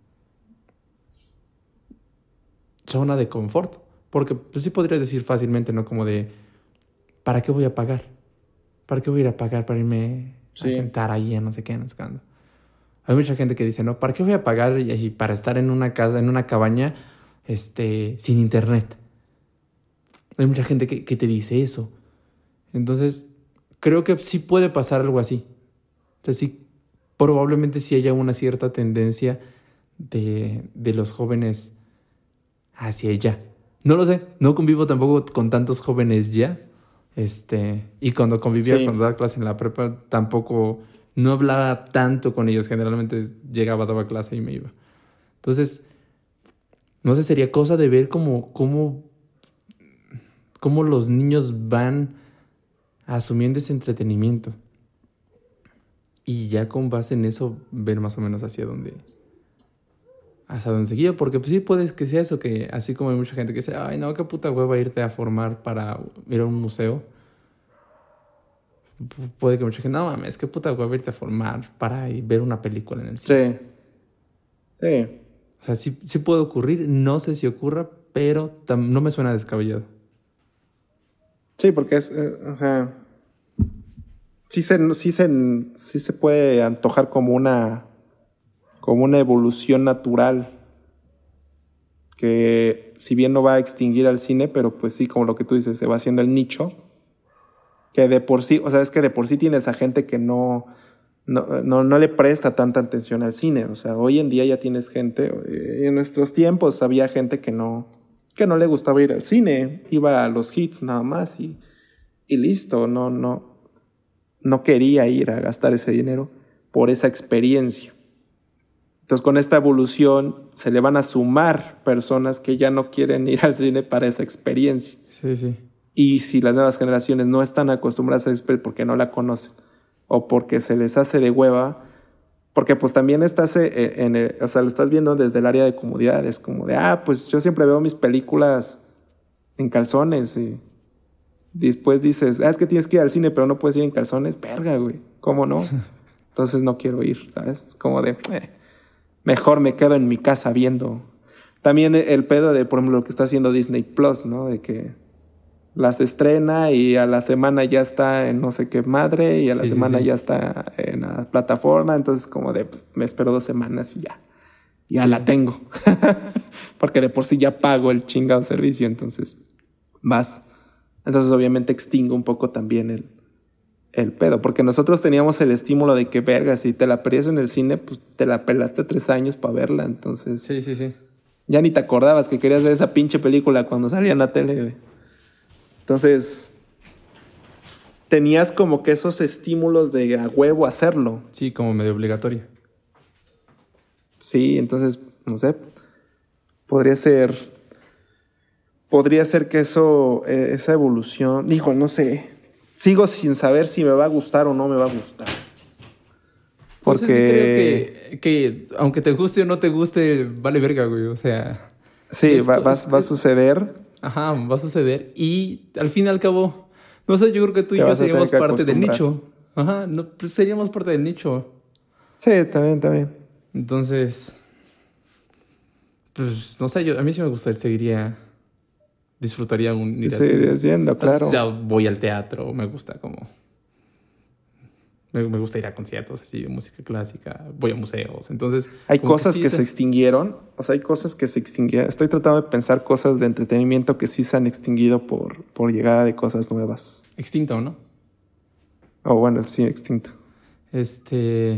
zona de confort. Porque pues sí podrías decir fácilmente, ¿no? Como de, ¿para qué voy a pagar? ¿Para qué voy a ir a pagar para irme sí. a sentar ahí en no sé qué, no sé cuándo? Hay mucha gente que dice, no, ¿para qué voy a pagar y, y para estar en una casa, en una cabaña, este, sin internet? Hay mucha gente que, que te dice eso. Entonces, creo que sí puede pasar algo así. O sea, sí, probablemente sí haya una cierta tendencia de, de los jóvenes hacia allá. No lo sé, no convivo tampoco con tantos jóvenes ya. Este, y cuando convivía, sí. cuando daba clase en la prepa, tampoco, no hablaba tanto con ellos. Generalmente llegaba, daba clase y me iba. Entonces, no sé, sería cosa de ver cómo, cómo, cómo los niños van asumiendo ese entretenimiento. Y ya con base en eso, ver más o menos hacia dónde, hacia dónde seguía. Porque pues sí puede que sea eso, que así como hay mucha gente que dice, ay no, qué puta hueva irte a formar para ir a un museo. Puede que mucha gente, no mames, qué puta hueva irte a formar para ir ver una película en el cine. Sí, sí. O sea, sí, sí puede ocurrir, no sé si ocurra, pero tam- no me suena descabellado. Sí, porque es, eh, o sea, sí se, sí, se, sí se puede antojar como una, como una evolución natural que si bien no va a extinguir al cine, pero pues sí, como lo que tú dices, se va haciendo el nicho, que de por sí, o sea, es que de por sí tienes a gente que no, no, no, no le presta tanta atención al cine. O sea, hoy en día ya tienes gente, en nuestros tiempos había gente que no, que no le gustaba ir al cine, iba a los hits nada más y, y listo, no, no, no quería ir a gastar ese dinero por esa experiencia. Entonces, con esta evolución se le van a sumar personas que ya no quieren ir al cine para esa experiencia. Sí, sí. Y si las nuevas generaciones no están acostumbradas a Express porque no la conocen o porque se les hace de hueva, porque pues también estás en, en el, o sea, lo estás viendo desde el área de comodidad, es como de, ah, pues yo siempre veo mis películas en calzones y después dices, ah, es que tienes que ir al cine pero no puedes ir en calzones, verga, güey, ¿cómo no? Entonces no quiero ir, ¿sabes? Es como de, eh, mejor me quedo en mi casa viendo. También el pedo de, por ejemplo, lo que está haciendo Disney Plus, ¿no? De que las estrena y a la semana ya está en no sé qué madre y a la Sí, sí, semana sí. ya está en la plataforma, entonces como de me espero dos semanas y ya, ya Sí. la tengo. Porque de por sí ya pago el chingado servicio, entonces vas. Entonces obviamente extingo un poco también el, el pedo, porque nosotros teníamos el estímulo de que, verga, si te la perdías en el cine, pues te la pelaste tres años para verla, entonces Sí, sí, sí. ya ni te acordabas que querías ver esa pinche película cuando salía en la tele, güey. Entonces, tenías como que esos estímulos de a huevo hacerlo. Sí, como medio obligatorio. Sí, entonces, no sé. Podría ser. Podría ser que eso, eh, esa evolución. Digo, no sé. Sigo sin saber si me va a gustar o no me va a gustar. Pues Porque. es que creo que, que aunque te guste o no te guste, vale verga, güey. O sea. Sí, es va, co- va, es- va a es- suceder. Ajá, va a suceder. Y al fin y al cabo, no sé, yo creo que tú y Te yo vas a tener seríamos que parte del acostumbrar. nicho. Ajá, no, pues seríamos parte del nicho. Sí, también, también. Entonces, pues no sé, yo, a mí sí me gustaría, seguiría, disfrutaría un Sí, ir al cine. seguirías yendo, claro. Ya voy al teatro, me gusta como, me, me gusta ir a conciertos así de música clásica, voy a museos. Entonces, Hay como cosas sí que se- se extinguieron, o sea, hay cosas que se extinguieron. Estoy tratando de pensar cosas de entretenimiento que sí se han extinguido por, por llegada de cosas nuevas. extinto, ¿no? O bueno, sí, extinto. Este,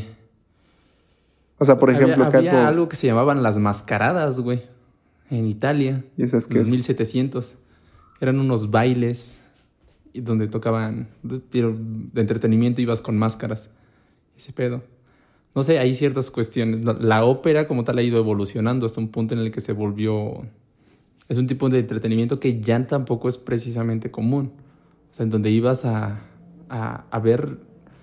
O sea, por había, ejemplo, que había algo... algo que se llamaban las mascaradas, güey, en Italia, ¿Y esas en que los es? mil setecientos. Eran unos bailes y donde tocaban, pero de entretenimiento ibas con máscaras. Ese pedo. No sé, hay ciertas cuestiones. La, la ópera como tal ha ido evolucionando hasta un punto en el que se volvió... Es un tipo de entretenimiento que ya tampoco es precisamente común. O sea, en donde ibas a, a, a ver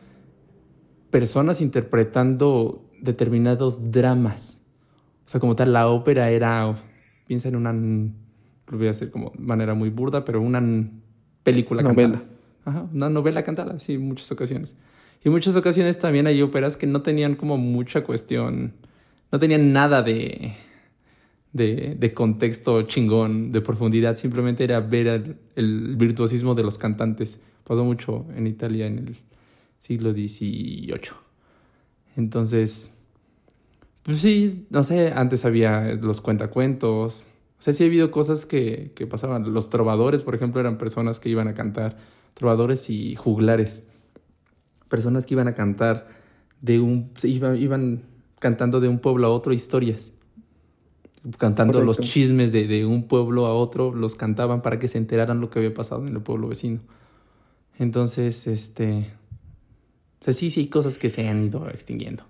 personas interpretando determinados dramas. O sea, como tal, la ópera era... Piensa en una... Lo voy a hacer como de manera muy burda, pero una película Novela. cantada. Ajá, una novela cantada, sí, en muchas ocasiones. Y en muchas ocasiones también hay óperas que no tenían como mucha cuestión, no tenían nada de, de, de contexto chingón, de profundidad, simplemente era ver el, el virtuosismo de los cantantes. Pasó mucho en Italia en el siglo dieciocho. Entonces, pues sí, no sé, antes había los cuentacuentos. O sea, sí ha habido cosas que, que pasaban. Los trovadores, por ejemplo, eran personas que iban a cantar, trovadores y juglares. Personas que iban a cantar de un... se iban, iban cantando de un pueblo a otro historias. Cantando Correcto. los chismes de, de un pueblo a otro, los cantaban para que se enteraran lo que había pasado en el pueblo vecino. Entonces, este... O sea, sí, sí hay cosas que se han ido extinguiendo.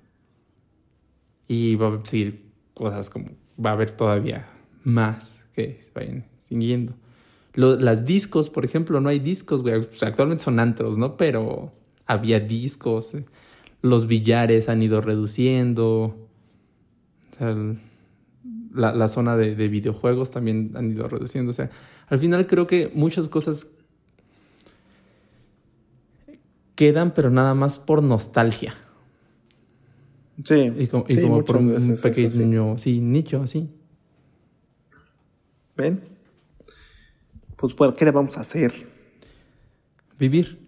Y va a seguir cosas como... Va a haber todavía más que se vayan extinguiendo. Lo, las discos, por ejemplo, no hay discos, güey. O sea, actualmente son antros, ¿no? Pero había discos. Los billares han ido reduciendo. O sea, el, la, la zona de, de videojuegos también han ido reduciendo. O sea, al final creo que muchas cosas quedan, pero nada más por nostalgia. Sí, Y como, y sí, como por muchas un veces es así. pequeño, sí, nicho, así. ¿Ven? Pues bueno, ¿qué le vamos a hacer? Vivir.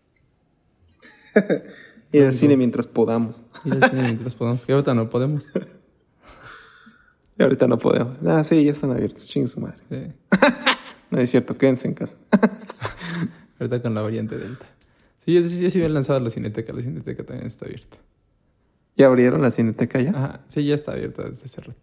Ir al Algo. cine mientras podamos. Ir al cine mientras podamos. Que ahorita no podemos. Y ahorita no podemos. Ah, sí, ya están abiertos. Chingue su madre. Sí. No es cierto, quédense en casa. Ahorita con la variante Delta. Sí, yo, sí- yo sí había lanzado la Cineteca. La Cineteca también está abierta. ¿Ya abrieron la cineteca ya? Ajá, sí, ya está abierta desde hace rato.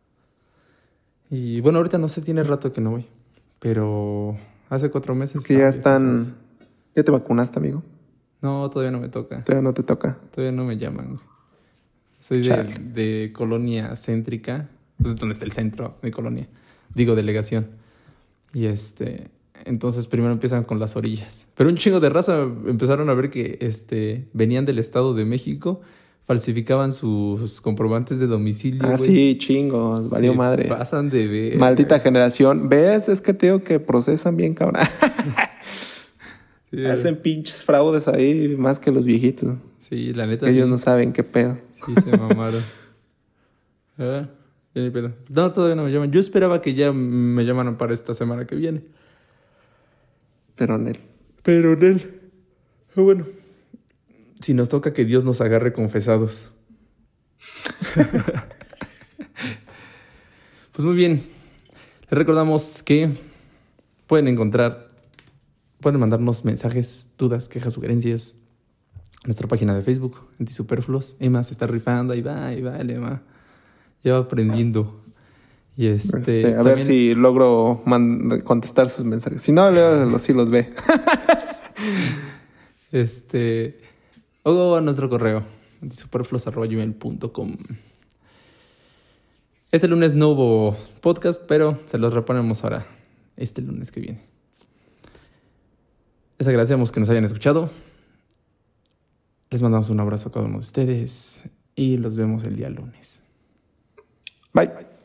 Y bueno, ahorita no sé, tiene rato que no voy. Pero hace cuatro meses. Que estaba ya abierta, ¿sabes? están... ¿Ya te vacunaste, amigo? No, todavía no me toca. Todavía no te toca. Todavía no me llaman. Güey. Soy de, Chale. de colonia céntrica. Pues es donde está el centro de colonia. Digo, delegación. Y este... Entonces primero empiezan con las orillas. Pero un chingo de raza empezaron a ver que este, venían del Estado de México, falsificaban sus comprobantes de domicilio. Ah, güey. sí, chingos, valió Se madre. pasan de ver. Maldita güey. generación. ¿Ves? Es que te digo que procesan bien, cabrón. Sí, Hacen pinches fraudes ahí más que los viejitos. sí, la neta. Ellos sí. no saben qué pedo. Sí, se mamaron. Ah, ya ni pedo. No, todavía no me llaman. Yo esperaba que ya me llamaran para esta semana que viene. Pero en él. Pero en él. Ah, bueno. Si nos toca que Dios nos agarre confesados. Pues muy bien. Les recordamos que pueden encontrar, pueden mandarnos mensajes, dudas, quejas, sugerencias a nuestra página de Facebook, Antisuperfluos. Emma se está rifando, ahí va, ahí va, el Emma. Ya va aprendiendo. Y este, Este, a también, ver si logro man- contestar sus mensajes. Si no, luego sí los ve. Este, o a nuestro correo, antisuperfluos arroba gmail punto com. Este lunes no hubo podcast, pero se los reponemos ahora, este lunes que viene. Les agradecemos que nos hayan escuchado. Les mandamos un abrazo a cada uno de ustedes y los vemos el día lunes. Bye.